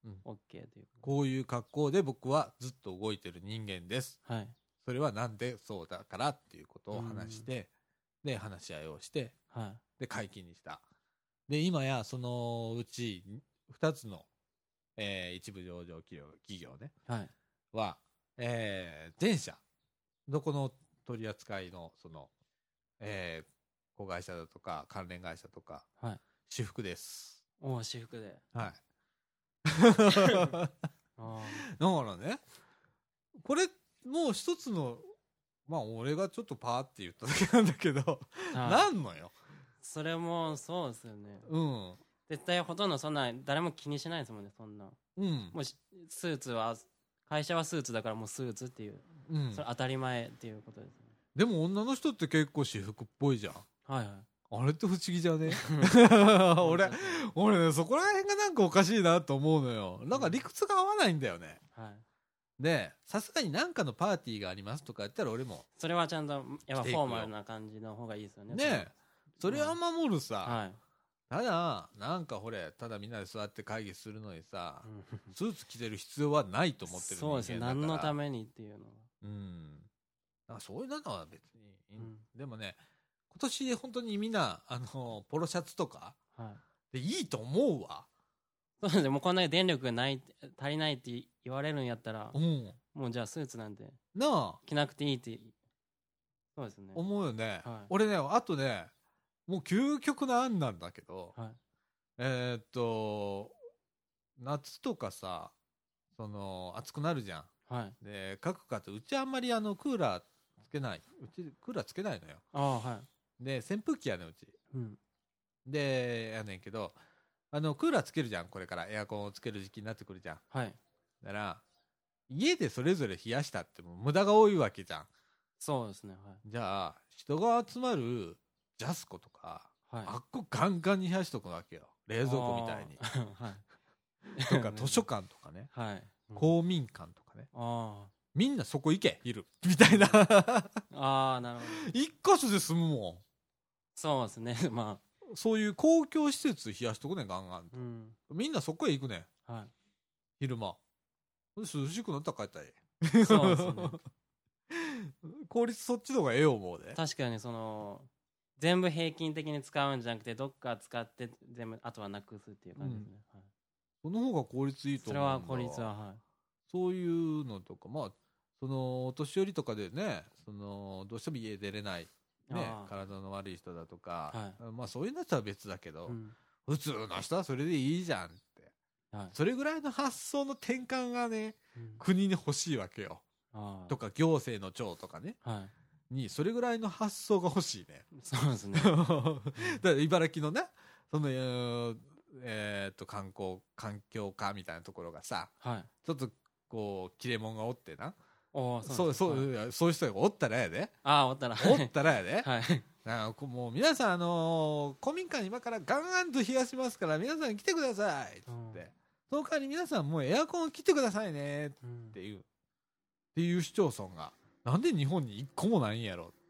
OK という。 こういう格好で僕はずっと動いてる人間です。 はい。 それはなんでそうだからっていうことを話して、で、話し合いをして、 はい。 で、解禁にした。で、今やそのうち2つの、一部上場企業ね、 はい。 は、全社、どこの取り扱いの、その、子会社だとか、関連会社とか、 はい。 私服です。 私服で。 はい。だあからね、これ、もう一つの、まあ、俺がちょっとパーって言っただけなんだけど、なんのよ。 それもそうですよね。 うん。 絶対ほとんどそんな、誰も気にしないですもんね、そんな。 うん。 もうスーツは、会社はスーツだからもうスーツっていう。 うん。 それ当たり前っていうことですね。 でも女の人って結構私服っぽいじゃん。 はいはい。 あれって不思議じゃね俺ね、そこら辺がなんかおかしいなと思うのよ。なんか理屈が合わないんだよね。 はい。 で、さすがになんかのパーティーがありますとか言ったら俺も。 それはちゃんと、やっぱフォーマルな感じの方がいいですよね。 ねえ。それは守るさ。 はい。 ただ、なんかほれ、ただみんなで座って会議するのにさ、スーツ着てる必要はないと思ってる人間だから。そうですね。 何のためにっていうのは。 うん。だからそういうのは別に、でもね、今年本当にみんな、ポロシャツとか、でいいと思うわ。 そうですね。もうこんなに電力がない、足りないって言われるんやったら、もうじゃあスーツなんて、着なくていいって、そうですね。 思うよね。俺ね、あとね、もう究極の案なんだけど、夏とかさ、暑くなるじゃん。 はい。 で、各家庭、うちあんまりクーラーつけない。うちクーラーつけないのよ。 はい。 で、扇風機やねん、うち。で、やねんけど、クーラーつけるじゃん、これから。エアコンをつける時期になってくるじゃん。 はい。 だから、家でそれぞれ冷やしたっても無駄が多いわけじゃん。 そうですね。はい。 じゃあ、人が集まるジャスコとか、あっこガンガンに冷やしとくわけよ。冷蔵庫みたいに。はい。とか、図書館とかね。 はい。 公民館とかね。みんなそこ行け、昼。みたいな。 なるほど。 一箇所で済むもん。 そうですね。まあ。 そういう公共施設冷やしとくねん、ガンガンと。みんなそこへ行くねん。はい。昼間。涼しくなったら帰ったらええ。そうですね。効率そっちの方がええよ、思うで。 確かに全部平均的に使うんじゃなくて、どっか使って全部、あとはなくすっていう感じですね。 その方が効率いいと思うんだ。 それは効率は、はい。 そういうのとか、まあ、お年寄りとかでね、どうしても家出れない、ね、体の悪い人だとか、まあそういうのとは別だけど、普通の人はそれでいいじゃんって。それぐらいの発想の転換がね、国に欲しいわけよ。とか行政の長とかね。に、それぐらいの発想が欲しいね。 そうですね。 だから茨城のね、環境課みたいなところがさ、ちょっとこう、切れ者がおってな。そういう人がおったらやで。 おったら。 おったらやで。もう皆さん、公民館今からガンガンと冷やしますから、皆さん来てください。って。その代わり皆さんもうエアコンを切ってくださいね。っていう市町村が。なんで日本に一個もないんやろって。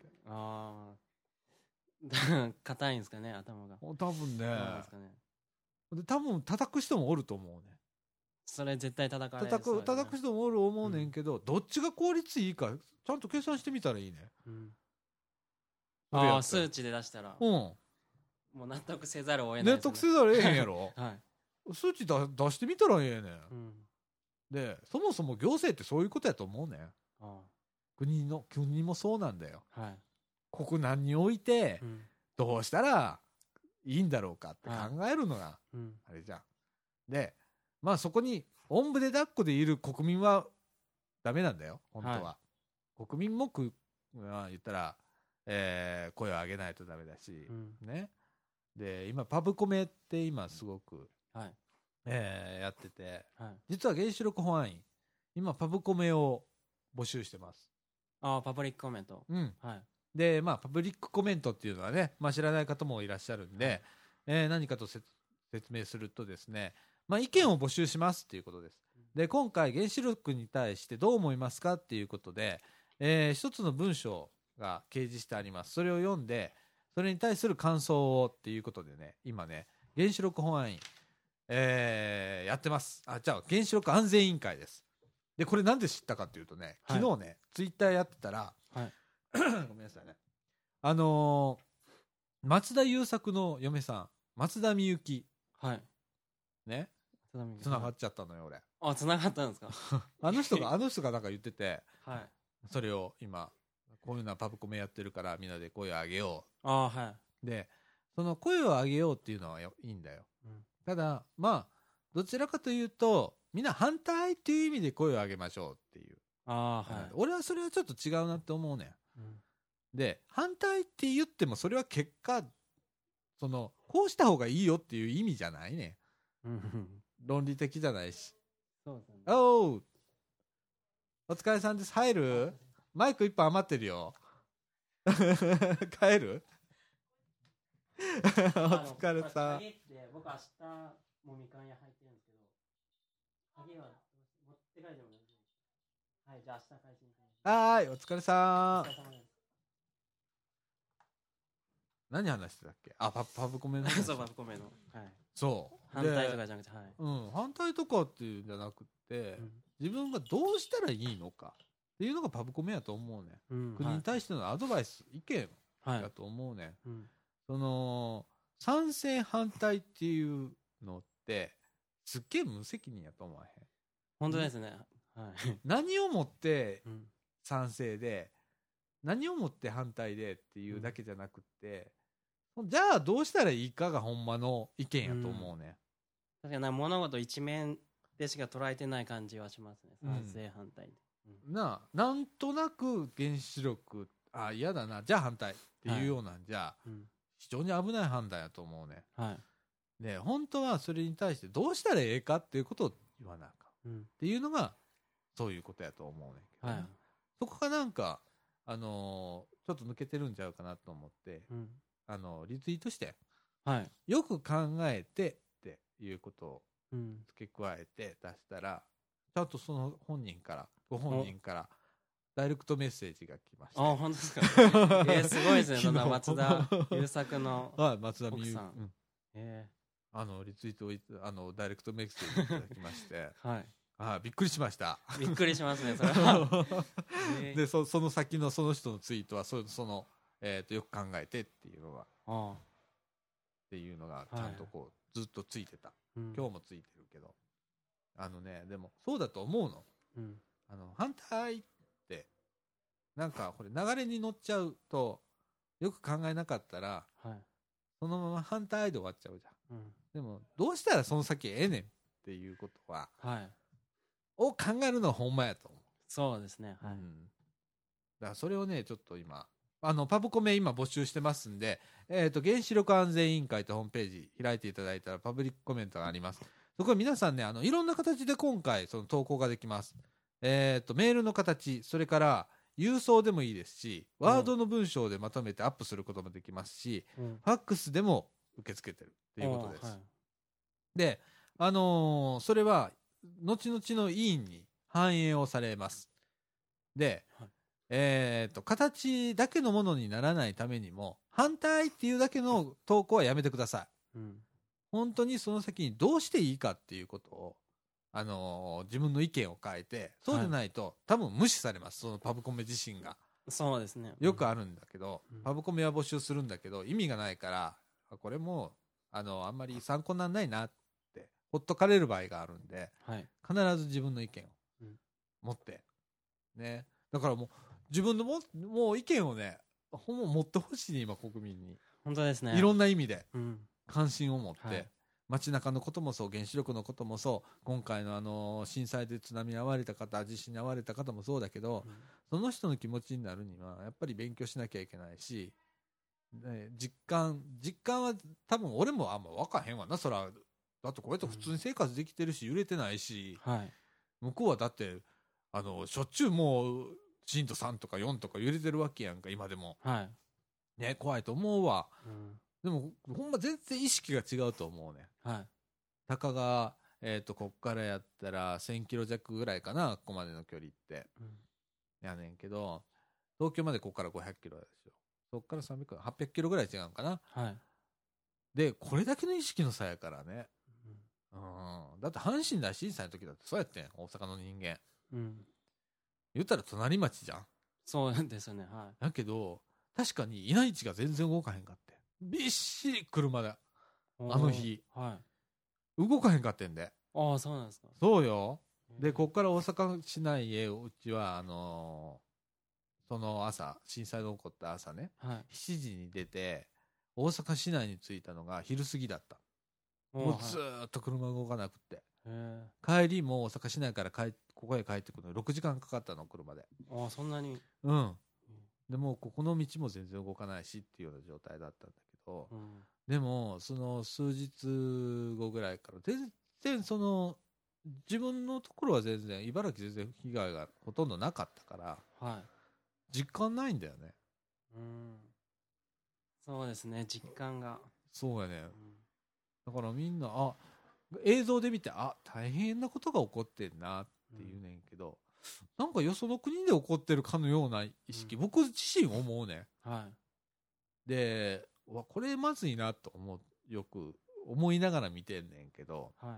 硬いんですかね、頭が。 多分ね。で多分叩く人もおると思うね。 それ絶対叩かれる。 叩く人もおる思うねんけど、どっちが効率いいかちゃんと計算してみたらいいね。 数値で出したら。もう納得せざるを得ない。 納得せざるを得へんやろ。数値出してみたらええねん。で、そもそも行政ってそういうことやと思うねん。国もそうなんだよ。国難において、どうしたらいいんだろうかって考えるのが、あれじゃん。で、まあそこに、おんぶで抱っこでいる国民はダメなんだよ、本当は。国民も言ったら、声を上げないとダメだし、ね。で、今、パブコメって今すごく、やってて、実は原子力保安院、今パブコメを募集してます。 パブリックコメント。 で、まあ、パブリックコメントっていうのはね、まあ知らない方もいらっしゃるんで、何かと説明するとですね、まあ意見を募集しますっていうことです。で、今回原子力に対してどう思いますかっていうことで、一つの文章が掲示してあります。それを読んで、それに対する感想をっていうことでね、今ね、原子力保安院、 やってます。じゃあ原子力安全委員会です。でこれなんで知ったかっていうとね、昨日ね、ツイッターやってたら、ごめんなさいね、松田優作の嫁さん松田美由ね、つながっちゃったのよ俺。 つながったんですかあの人がなんか言ってて、それを今こういうのはパブコメやってるからみんなで声を上げよう。でその声を上げようっていうのはいいんだよ、ただまあどちらかというとみんな反対っていう意味で声を上げましょうっていう。俺はそれはちょっと違うなって思うねん、で反対って言ってもそれは結果こうした方がいいよっていう意味じゃないね、論理的じゃないし。 そうですね。 お疲れさんです。入る？マイク1本余ってるよ。帰る？お疲れさん。 僕明日もみかん屋入ってるんですけど、鍵は持って帰っても大丈夫ですか？はい、じゃあ明日返しに行きます。 はい、お疲れさん。 お疲れ様です。 何話してたっけ？パブコメの話。 そう、パブコメの。 そう。 反対とかじゃなくて、 反対とかっていうんじゃなくて、自分がどうしたらいいのかっていうのがパブコメやと思うね、国に対してのアドバイス、意見やと思うね、賛成反対っていうのってすっげえ無責任やと思わへん？ 本当ですね、 何をもって賛成で、何をもって反対でっていうだけじゃなくて、じゃあどうしたらいいかがほんまの意見やと思うね、 確かに物事一面でしか捉えてない感じはしますね、賛成反対で、 なんとなく原子力嫌だなじゃあ反対っていうようなんじゃ、非常に危ない判断やと思うね、で本当はそれに対してどうしたらええかっていうことを言わなあかん、っていうのがそういうことやと思うねんけど、そこがなんかちょっと抜けてるんちゃうかなと思って、リツイートして、よく考えてっていうことを付け加えて出したら、ちゃんとそのご本人からダイレクトメッセージが来ました。 本当ですか？すごいですね、そんな松田優作の松田美優さん、リツイートをダイレクトメッセージいただきましてびっくりしました。 びっくりしますね、それは。 でその先のその人のツイートはよく考えてっていうのがちゃんとこうずっとついてた、今日もついてるけど、でもそうだと思うの、反対ってなんかこれ流れに乗っちゃうとよく考えなかったら、そのまま反対で終わっちゃうじゃん、でもどうしたらその先ええねんっていうことは、を考えるのはほんまやと思う。 そうですね、 だからそれをねちょっと今パブコメ今募集してますんで、原子力安全委員会とホームページ開いていただいたらパブリックコメントがあります。そこは皆さんねいろんな形で今回その投稿ができます。メールの形、それから郵送でもいいですし、ワードの文章でまとめてアップすることもできますし、ファックスでも受け付けてるっていうことです。でそれは後々の委員に反映をされます。で、形だけのものにならないためにも反対っていうだけの投稿はやめてください、本当にその先にどうしていいかっていうことを自分の意見を変えて、そうでないと、多分無視されます、そのパブコメ自身が。 そうですね、 よくあるんだけど、パブコメは募集するんだけど意味がないから、これもあんまり参考にならないなってほっとかれる場合があるんで、必ず自分の意見を持って、ね、だからもう自分のもう意見をねほぼ持ってほしいね、今国民に。 本当ですね、 いろんな意味で関心を持って、街中のこともそう、原子力のこともそう、今回の震災で津波に遭われた方、地震に遭われた方もそうだけど、その人の気持ちになるにはやっぱり勉強しなきゃいけないし、実感は多分俺もあんま分かへんわな、そら。だってこうやって普通に生活できてるし、揺れてないし、向こうはだってしょっちゅうもう震度3とか4とか揺れてるわけやんか、今でも、ね、怖いと思うわ、でもほんま全然意識が違うと思うね、たかがこっからやったら1000キロ弱ぐらいかな、ここまでの距離って、やねんけど、東京までここから500キロですよ、そっから300キロ800キロぐらい違うのかな、でこれだけの意識の差やからね、 だって阪神大震災の時だってそうやってん、大阪の人間。 うん。 言ったら隣町じゃん。 そうですね。はい。 だけど、確かに稲市が全然動かへんかって。びっしり車で、あの日。 はい。 動かへんかってんで。 ああ、そうなんですか。 そうよ。で、こっから大阪市内へ、うちは、その朝、震災の起こった朝ね、 はい。 7時に出て、大阪市内に着いたのが昼過ぎだった。もうずーっと車動かなくて。帰りも大阪市内からここへ帰ってくるのに6時間かかったの、車で。 ああ、そんなに。 うん。でも、ここの道も全然動かないしっていうような状態だったんだけど、でも、その数日後ぐらいから、全然自分のところは全然、茨城全然被害がほとんどなかったから、 はい。 実感ないんだよね。 そうですね、実感が。 そうやね。だからみんな、映像で見て、大変なことが起こってんなって言うねんけど、なんかよその国で起こってるかのような意識、僕自身思うね。 はい。 で、これまずいなとよく思いながら見てんねんけど、 はい。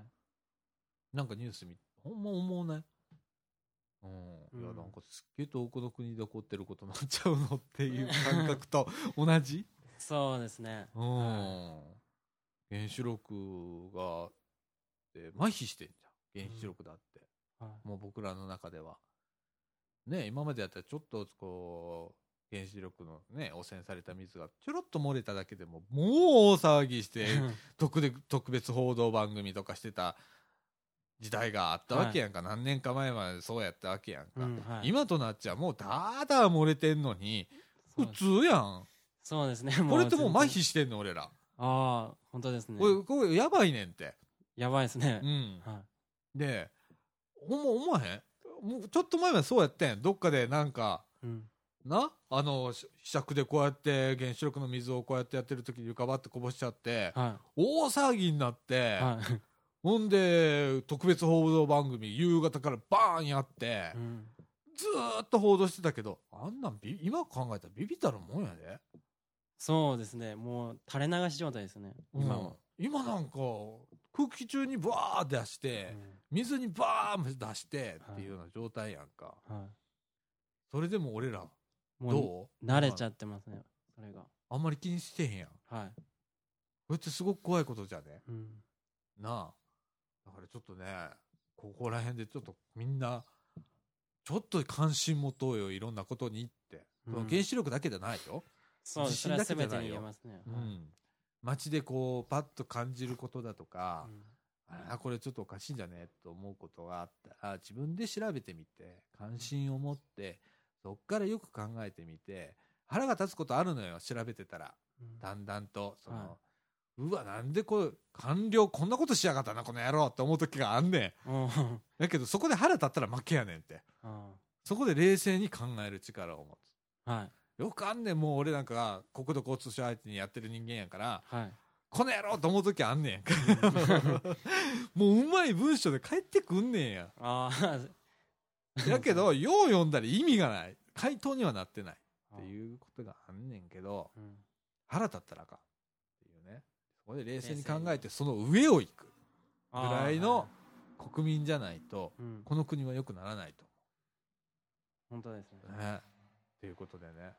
なんかニュースほんま思うね。いや、なんかすっげえ遠くの国で起こってることになっちゃうのっていう感覚と同じそうですね。 原子力が、麻痺してんじゃん。原子力だって。もう僕らの中では。ね、今までやったらちょっと原子力のね、汚染された水がちょろっと漏れただけでも、もう大騒ぎして、特別報道番組とかしてた時代があったわけやんか。何年か前までそうやったわけやんか。今となっちゃもうだだ漏れてんのに、普通やん。 そうですね。 これってもう麻痺してんの、俺ら。 ああ、本当ですね。 これやばいねんって。 やばいですね。 で、ほんま思わへん？もうちょっと前までそうやってん。どっかでなんか、ひしゃくでこうやって原子力の水をこうやってやってる時に床ばってこぼしちゃって、大騒ぎになって、ほんで、特別報道番組夕方からバーンやって、ずーっと報道してたけど、あんなん今考えたらビビたるもんやで。 そうですね。もう垂れ流し状態ですね。今は。 今なんか空気中にバー出して、水にバー出してっていうような状態やんか。それでも俺ら、どう慣れちゃってますね。それが。 あんまり気にしてへんやん。これってすごく怖いことじゃね。なあ。だからちょっとね、ここら辺でちょっとみんな、ちょっと関心持とうよ、いろんなことにって。原子力だけじゃないよ。 そうですね。全てに言えますね。 街でこう、パッと感じることだとか、これちょっとおかしいんじゃねと思うことがあったら、自分で調べてみて、関心を持って、そっからよく考えてみて、腹が立つことあるのよ、調べてたら。だんだんと、うわ、なんで官僚こんなことしやがったな、この野郎って思う時があんねん。だけど、そこで腹立ったら負けやねんって。そこで冷静に考える力を持つ。よくあんねん、もう俺なんかが国土交通省相手にやってる人間やから、この野郎と思う時あんねん。もううまい文章で返ってくんねんや。だけど、よう読んだら意味がない。回答にはなってない。っていうことがあんねんけど、腹立ったらあかん。っていうね。そこで冷静に考えて、その上を行く。ぐらいの国民じゃないと、この国は良くならないと。 本当ですね。 ということでね。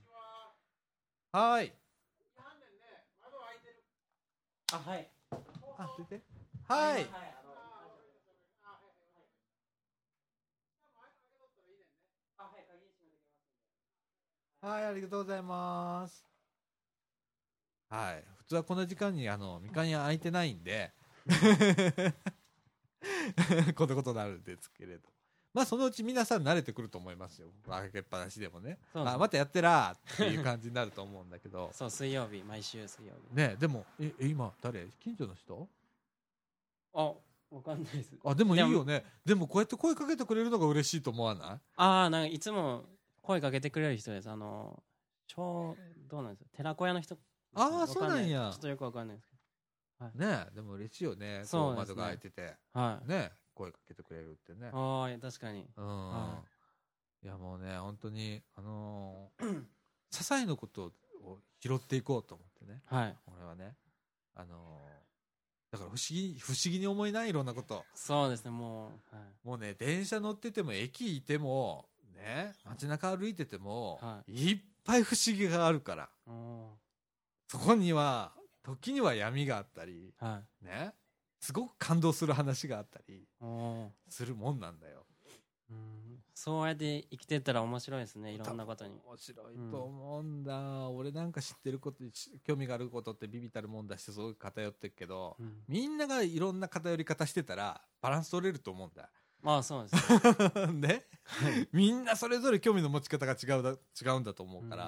はい。 はい。 出て。はい。はい、ありがとうございます。はい。普通はこの時間にみかん屋開いてないんで、こんなことになるんですけれど。まあそのうち皆さん慣れてくると思いますよ。開けっぱなしでもね。またやってらーっていう感じになると思うんだけど。 そう、水曜日、毎週水曜日。 ね、でも、今、誰？近所の人？ わかんないです。 でもいいよね。でもこうやって声かけてくれるのが嬉しいと思わない？ なんかいつも声かけてくれる人です。どうなんですか？寺子屋の人。 そうなんや。 ちょっとよくわかんないですけど。 ね、でも嬉しいよね。 そう窓が開いてて。ね、声かけてくれるってね。 確かに。 いやもうね、本当に、些細なことを拾っていこうと思ってね。俺はね、 だから不思議に思いない、いろんなこと。 そうですね、もう、はい、 もうね、電車乗ってても、駅いても、ね、街中歩いてても、はい、いっぱい不思議があるから。そこには、時には闇があったり、はい、ね、すごく感動する話があったり、するもんなんだよ。 そうやって生きてったら面白いですね、いろんなことに。 面白いと思うんだ、俺なんか知ってること、興味があることってビビたるもんだし、すごく偏ってるけど、みんながいろんな偏り方してたらバランス取れると思うんだ。 まあそうですね。 ねみんなそれぞれ興味の持ち方が違うんだと思うから、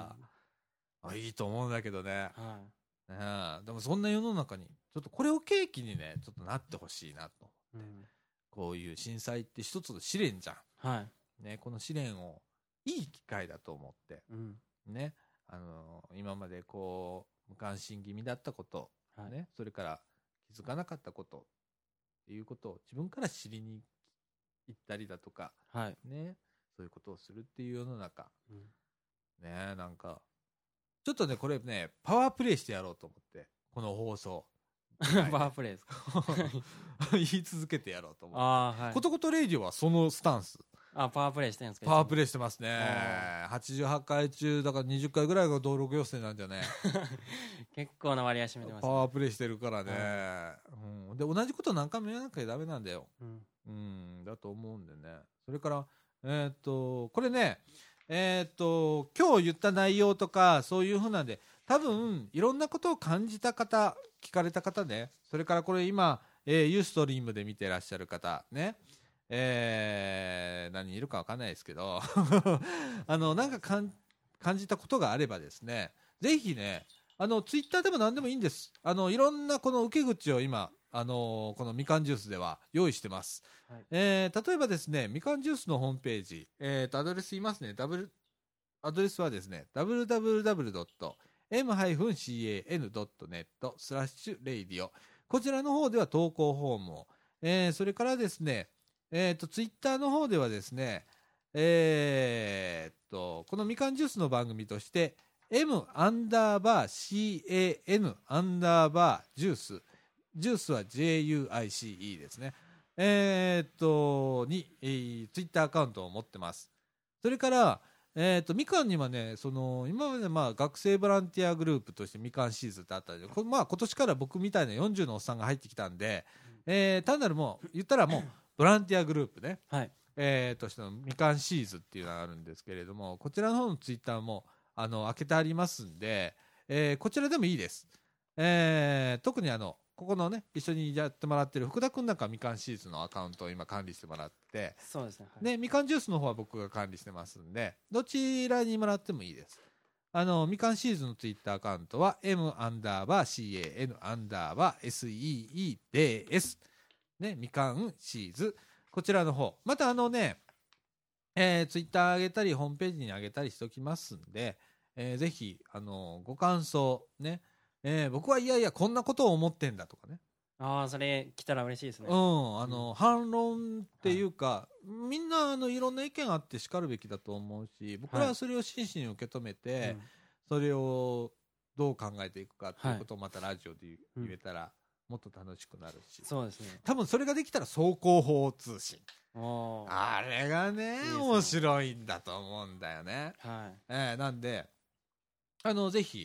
いいと思うんだけどね。でもそんな世の中にちょっとこれを契機にね、ちょっとなってほしいなと思って、こういう震災って一つの試練じゃん。はいね、この試練をいい機会だと思って、ね、今までこう無関心気味だったこと、ね、それから気づかなかったことっていうことを自分から知りに行ったりだとか、ね、そういうことをするっていう世の中、ね、なんかちょっとねこれねパワープレイしてやろうと思って、この放送パワープレイですか言い続けてやろうと思って、ことことレイディオはそのスタンス。 パワープレイしてるんですか？ パワープレイしてますね。88回中だから20回ぐらいが登録予選なんじゃね結構な割合占めてます、ね、 パワープレイしてるからね、で同じこと何回も言わなきゃダメなんだよ、だと思うんでね。それからこれね今日言った内容とかそういうふうなんで、多分いろんなことを感じた方、聞かれた方ね、それからこれ今、ユーストリームで見てらっしゃる方ね、何人いるか分かんないですけどなんか感じたことがあればですね、ぜひねツイッターでも何でもいいんです。いろんなこの受け口を今このみかんジュースでは用意してます、例えばですね、みかんジュースのホームページ、アドレス言いますね。アドレスはですね www.m-can.net/radio、 こちらの方では投稿フォームを、それからですねツイッターの方ではですね、このみかんジュースの番組として M_CAN_ ジュース、ジュースは JUICE ですね、に、ツイッターアカウントを持ってます。それからみかんにはね、今まで学生ボランティアグループとしてみかんシーズンってあったんで、今年から僕みたいな40のおっさんが入ってきたんで、単なるもう言ったらもうボランティアグループね、としてのみかんシーズンっていうのがあるんですけれども、こちらの方のツイッターも開けてありますんで、こちらでもいいです。特にここのね一緒にやってもらってる福田くんなんかみかんシーズンのアカウントを今管理してもらって、 そうですね、 でみかんジュースの方は僕が管理してますんで、どちらにもらってもいいです。みかんシーズンのツイッターアカウントは M_CAN_SEE です。ね、みかんシーズン、こちらの方、またツイッター上げたりホームページに上げたりしておきますんで、ぜひご感想ね、僕はいやいやこんなことを思ってんだとかね、 それ来たら嬉しいですね。 反論っていうか、みんないろんな意見あってしかるべきだと思うし、僕らはそれを真摯に受け止めて、それをどう考えていくかっていうことをまたラジオで言えたらもっと楽しくなるし、 そうですね、 多分それができたら走行法通信、あれがね面白いんだと思うんだよね。なんでぜひ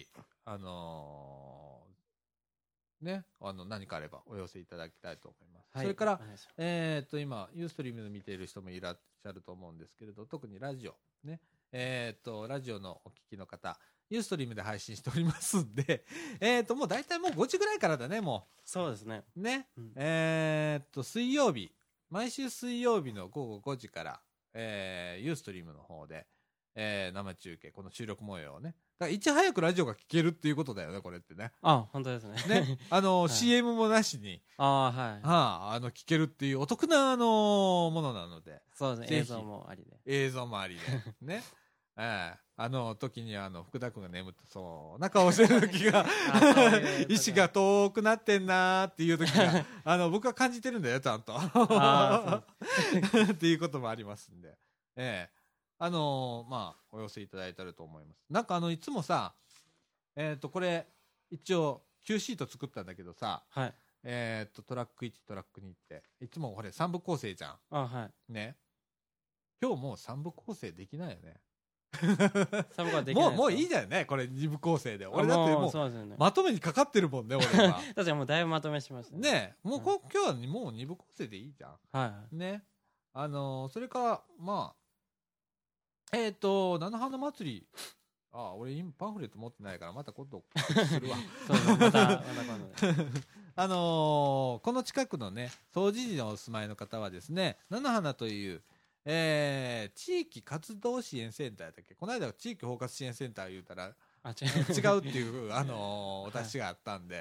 ね、何かあればお寄せいただきたいと思います。それから、今ユーストリームで見ている人もいらっしゃると思うんですけれど、特にラジオね、ラジオのお聞きの方、ユーストリームで配信しておりますんで、もう大体もう5時ぐらいからだね、もう。 そうですね。 ね、水曜日、毎週水曜日の午後5時から、ユーストリームの方で、生中継、この収録模様をね、だからいち早くラジオが聞けるっていうことだよね、これってね。 本当ですね。 ね、CM もなしに、聞けるっていうお得なものなので。 そうですね、映像もありで。 映像もありで。ね。時に福田君が眠ってそうな顔してる時が意志が遠くなってんなーっていう時が僕は感じてるんだよ、ちゃんとっていうこともありますんで、お寄せいただいたらと思います。なんかいつもさこれ一応 Q シート作ったんだけどさ、 トラック1トラック2っていつもこれ3部構成じゃん。 はいね。今日もう3部構成できないよね。 3部構成できない。 もういいじゃんねこれ2部構成で。俺だってもうそうですよね、 まとめにかかってるもんね俺は。 確かにもうだいぶまとめしましたね。もう今日はもう2部構成でいいじゃん。 はいね。それからまあ菜の花祭り。俺今パンフレット持ってないからまた今度するわ。 そうまた今度この近くのね総除寺にお住まいの方はですね、菜の花という、地域活動支援センターだっけ、この間は地域包括支援センター言うたら違うっていうお達しがあったんで、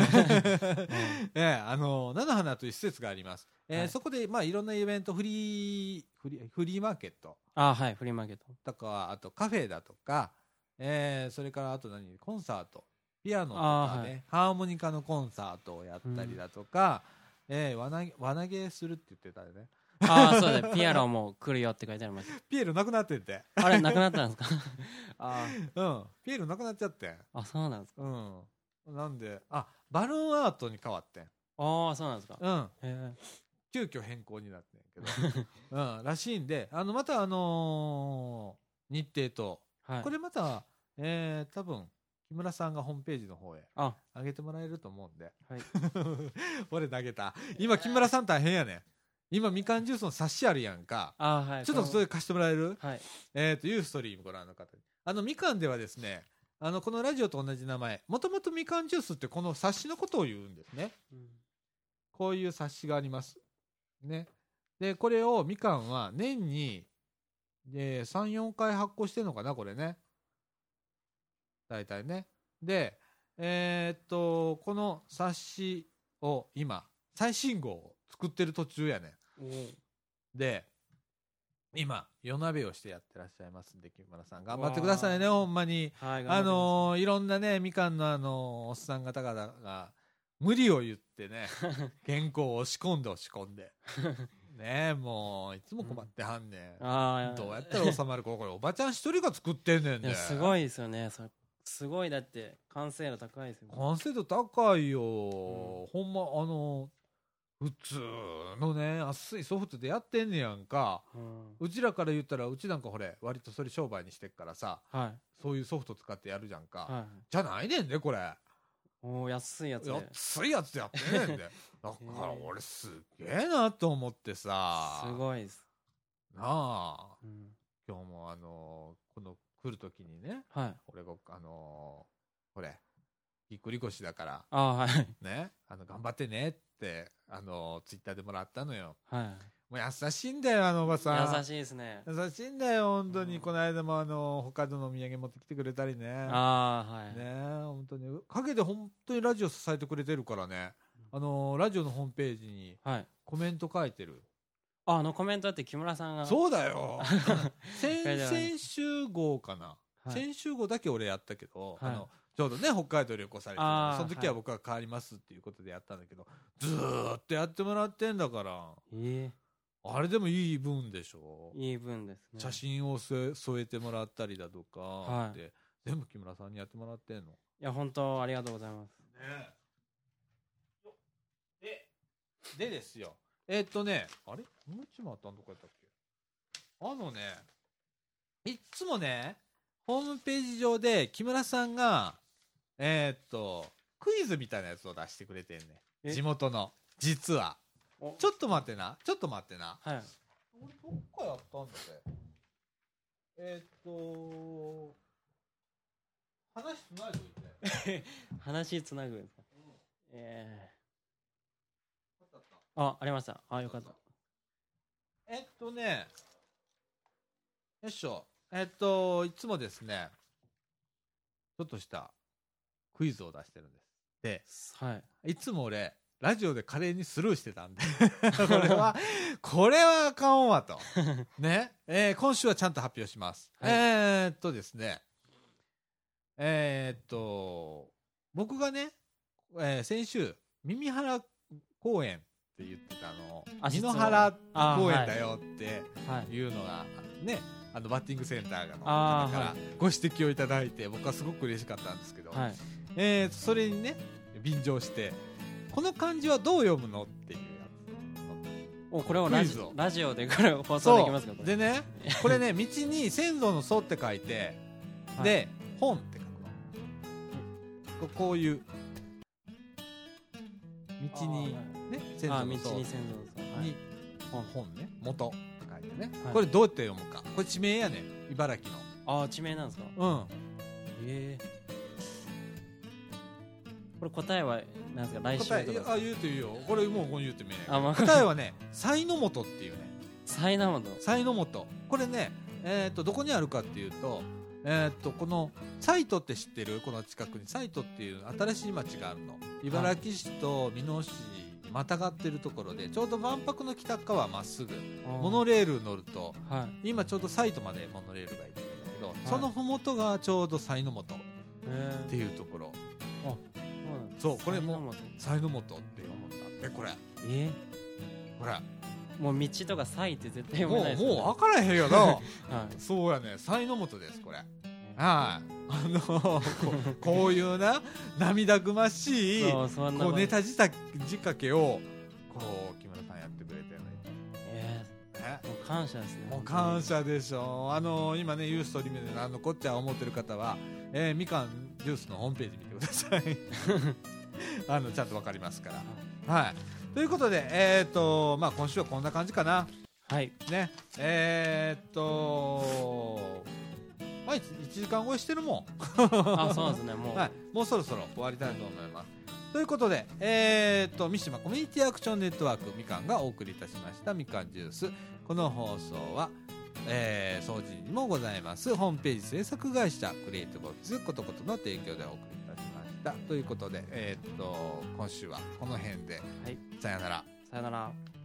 菜の花という施設があります。そこでまあいろんなイベントフリーマーケットはいフリーマーケットとか、あとカフェだとか、それからあとコンサート、ピアノとかね、ハーモニカのコンサートをやったりだとか、輪投げするって言ってたよね。 そうだ、ピアノも来るよって書いてあります。 ピエールなくなってんて。 あれなくなったんですか？ ピエールなくなっちゃってん。 そうなんですか。 なんでバルーンアートに変わってん。 そうなんですか。 急遽変更になってんけど、らしいんで、また日程と、これまた多分木村さんがホームページの方へ上げてもらえると思うんで。俺投げた。今木村さん大変やねん。今みかんジュースの冊子あるやんか。ちょっとそれ貸してもらえる？ユーストリームご覧の方に。みかんではですね、このラジオと同じ名前、もともとみかんジュースってこの冊子のことを言うんですね。こういう冊子があります。ね。で、これをみかんは年に3、4回発行してるのかな、これね。大体ね。で、この冊子を今、最新号を作ってる途中やねん。で、今、夜鍋をしてやってらっしゃいますんで、木村さん。頑張ってくださいね、ほんまに。いろんなね、みかんのおっさん方々が、無理を言ってね、原稿を押し込んで。ねもう、いつも困ってはんねん。どうやったら収まるか、これ、おばちゃん一人が作ってんねんで。 すごいですよね。すごい、だって、完成度高いですよね。 完成度高いよ。ほんま、普通のね、安いソフトでやってんねやんか。うちらから言ったら、うちなんかほれ、割とそれ商売にしてっからさ、そういうソフト使ってやるじゃんか。じゃないねんね、これ。 安いやつで。 安いやつでやってねんで。だから俺すげえなと思ってさ。 すごいです。 なあ。今日もこの来るときにね、俺がこれぎっくり腰だからね、頑張ってねってツイッターでもらったのよ。もう優しいんだよおばさん。 優しいですね。 優しいんだよ本当に。この間も北海道のお土産持ってきてくれたりね。ね本当に陰で本当にラジオ支えてくれてるからね。ラジオのホームページにコメント書いてる。 コメントだって木村さんが。 そうだよ。先週号かな。先週号だけ俺やったけど、ちょうどね北海道旅行されて、その時は僕が変わりますっていうことでやったんだけど、ずーっとやってもらってんだから。あれでもいい分でしょ。 いい分ですね。 写真を添えてもらったりだとかって、全部木村さんにやってもらってんの。 いや本当ありがとうございます。 でですよ。あれもう一枚あったんどこやったっけ。いつもねホームページ上で木村さんがクイズみたいなやつを出してくれてんね。地元の実は。ちょっと待ってな。俺どっかやったんだぜ。話つなぐって話つなぐんですか。ありました。よかった。 よいしょ。いつもですね、ちょっとしたクイズを出してるんです。で、いつも俺、ラジオで華麗にスルーしてたんで、これはあかんわと。ね。今週はちゃんと発表します。ですね、僕がね、先週、耳原公園って言ってた美濃原公園だよっていうのがね、バッティングセンターの方からご指摘をいただいて、僕はすごく嬉しかったんですけど、それにね便乗してこの漢字はどう読むのっていうやこれをクイズをラジオでこれ放送できますか？これつでね、これね道に先祖の祖って書いて、 はいで本って書くの、こういう道にね先祖の祖道に先祖の祖、 に本ね元って書いてね、 はいこれどうやって読むか、これ地名やねん、茨城の。 地名なんですか？ うんこれ答えは何ですか？来週とか答えですか？ 言うていいよ、これもう言うてもいいね、 まあ答えはね才の本っていうね、 才能本。 才の本、これねどこにあるかっていうとこの西都って知ってる？この近くに西都っていう新しい町があるの。茨城市と美濃市にまたがってるところで、ちょうど万博の北側まっすぐモノレール乗ると、 は今ちょうど西都までモノレールが行ってるんだけど、 いその麓がちょうど才の本っていうところ。そうこれも才の本って思ったこれほらもう道とか才って絶対読めないですよね。 もう分からへんよなはいそうやね、才の本ですこれ。はいこういうな涙ぐましいそんなこうネタ仕掛けをこう木村さんやってくれてるね。 もう感謝ですね。 もう感謝でしょ。今ねユーストリームで何のこっちゃ思ってる方は、みかんジュースのホームページ見てくださいちゃんとわかりますから。はいということでまあ今週はこんな感じかな。 はいねまあ1時間超えしてるもんそうですねもう、 はい、もうそろそろ終わりたいと思います。ということで、三島コミュニティアクションネットワークみかんがお送りいたしましたみかんジュース。この放送は、掃除にもございますホームページ制作会社クリエイティブオフィスことことの提供でお送りいたしました。ということで、今週はこの辺で、 はい、 さよなら。 さよなら。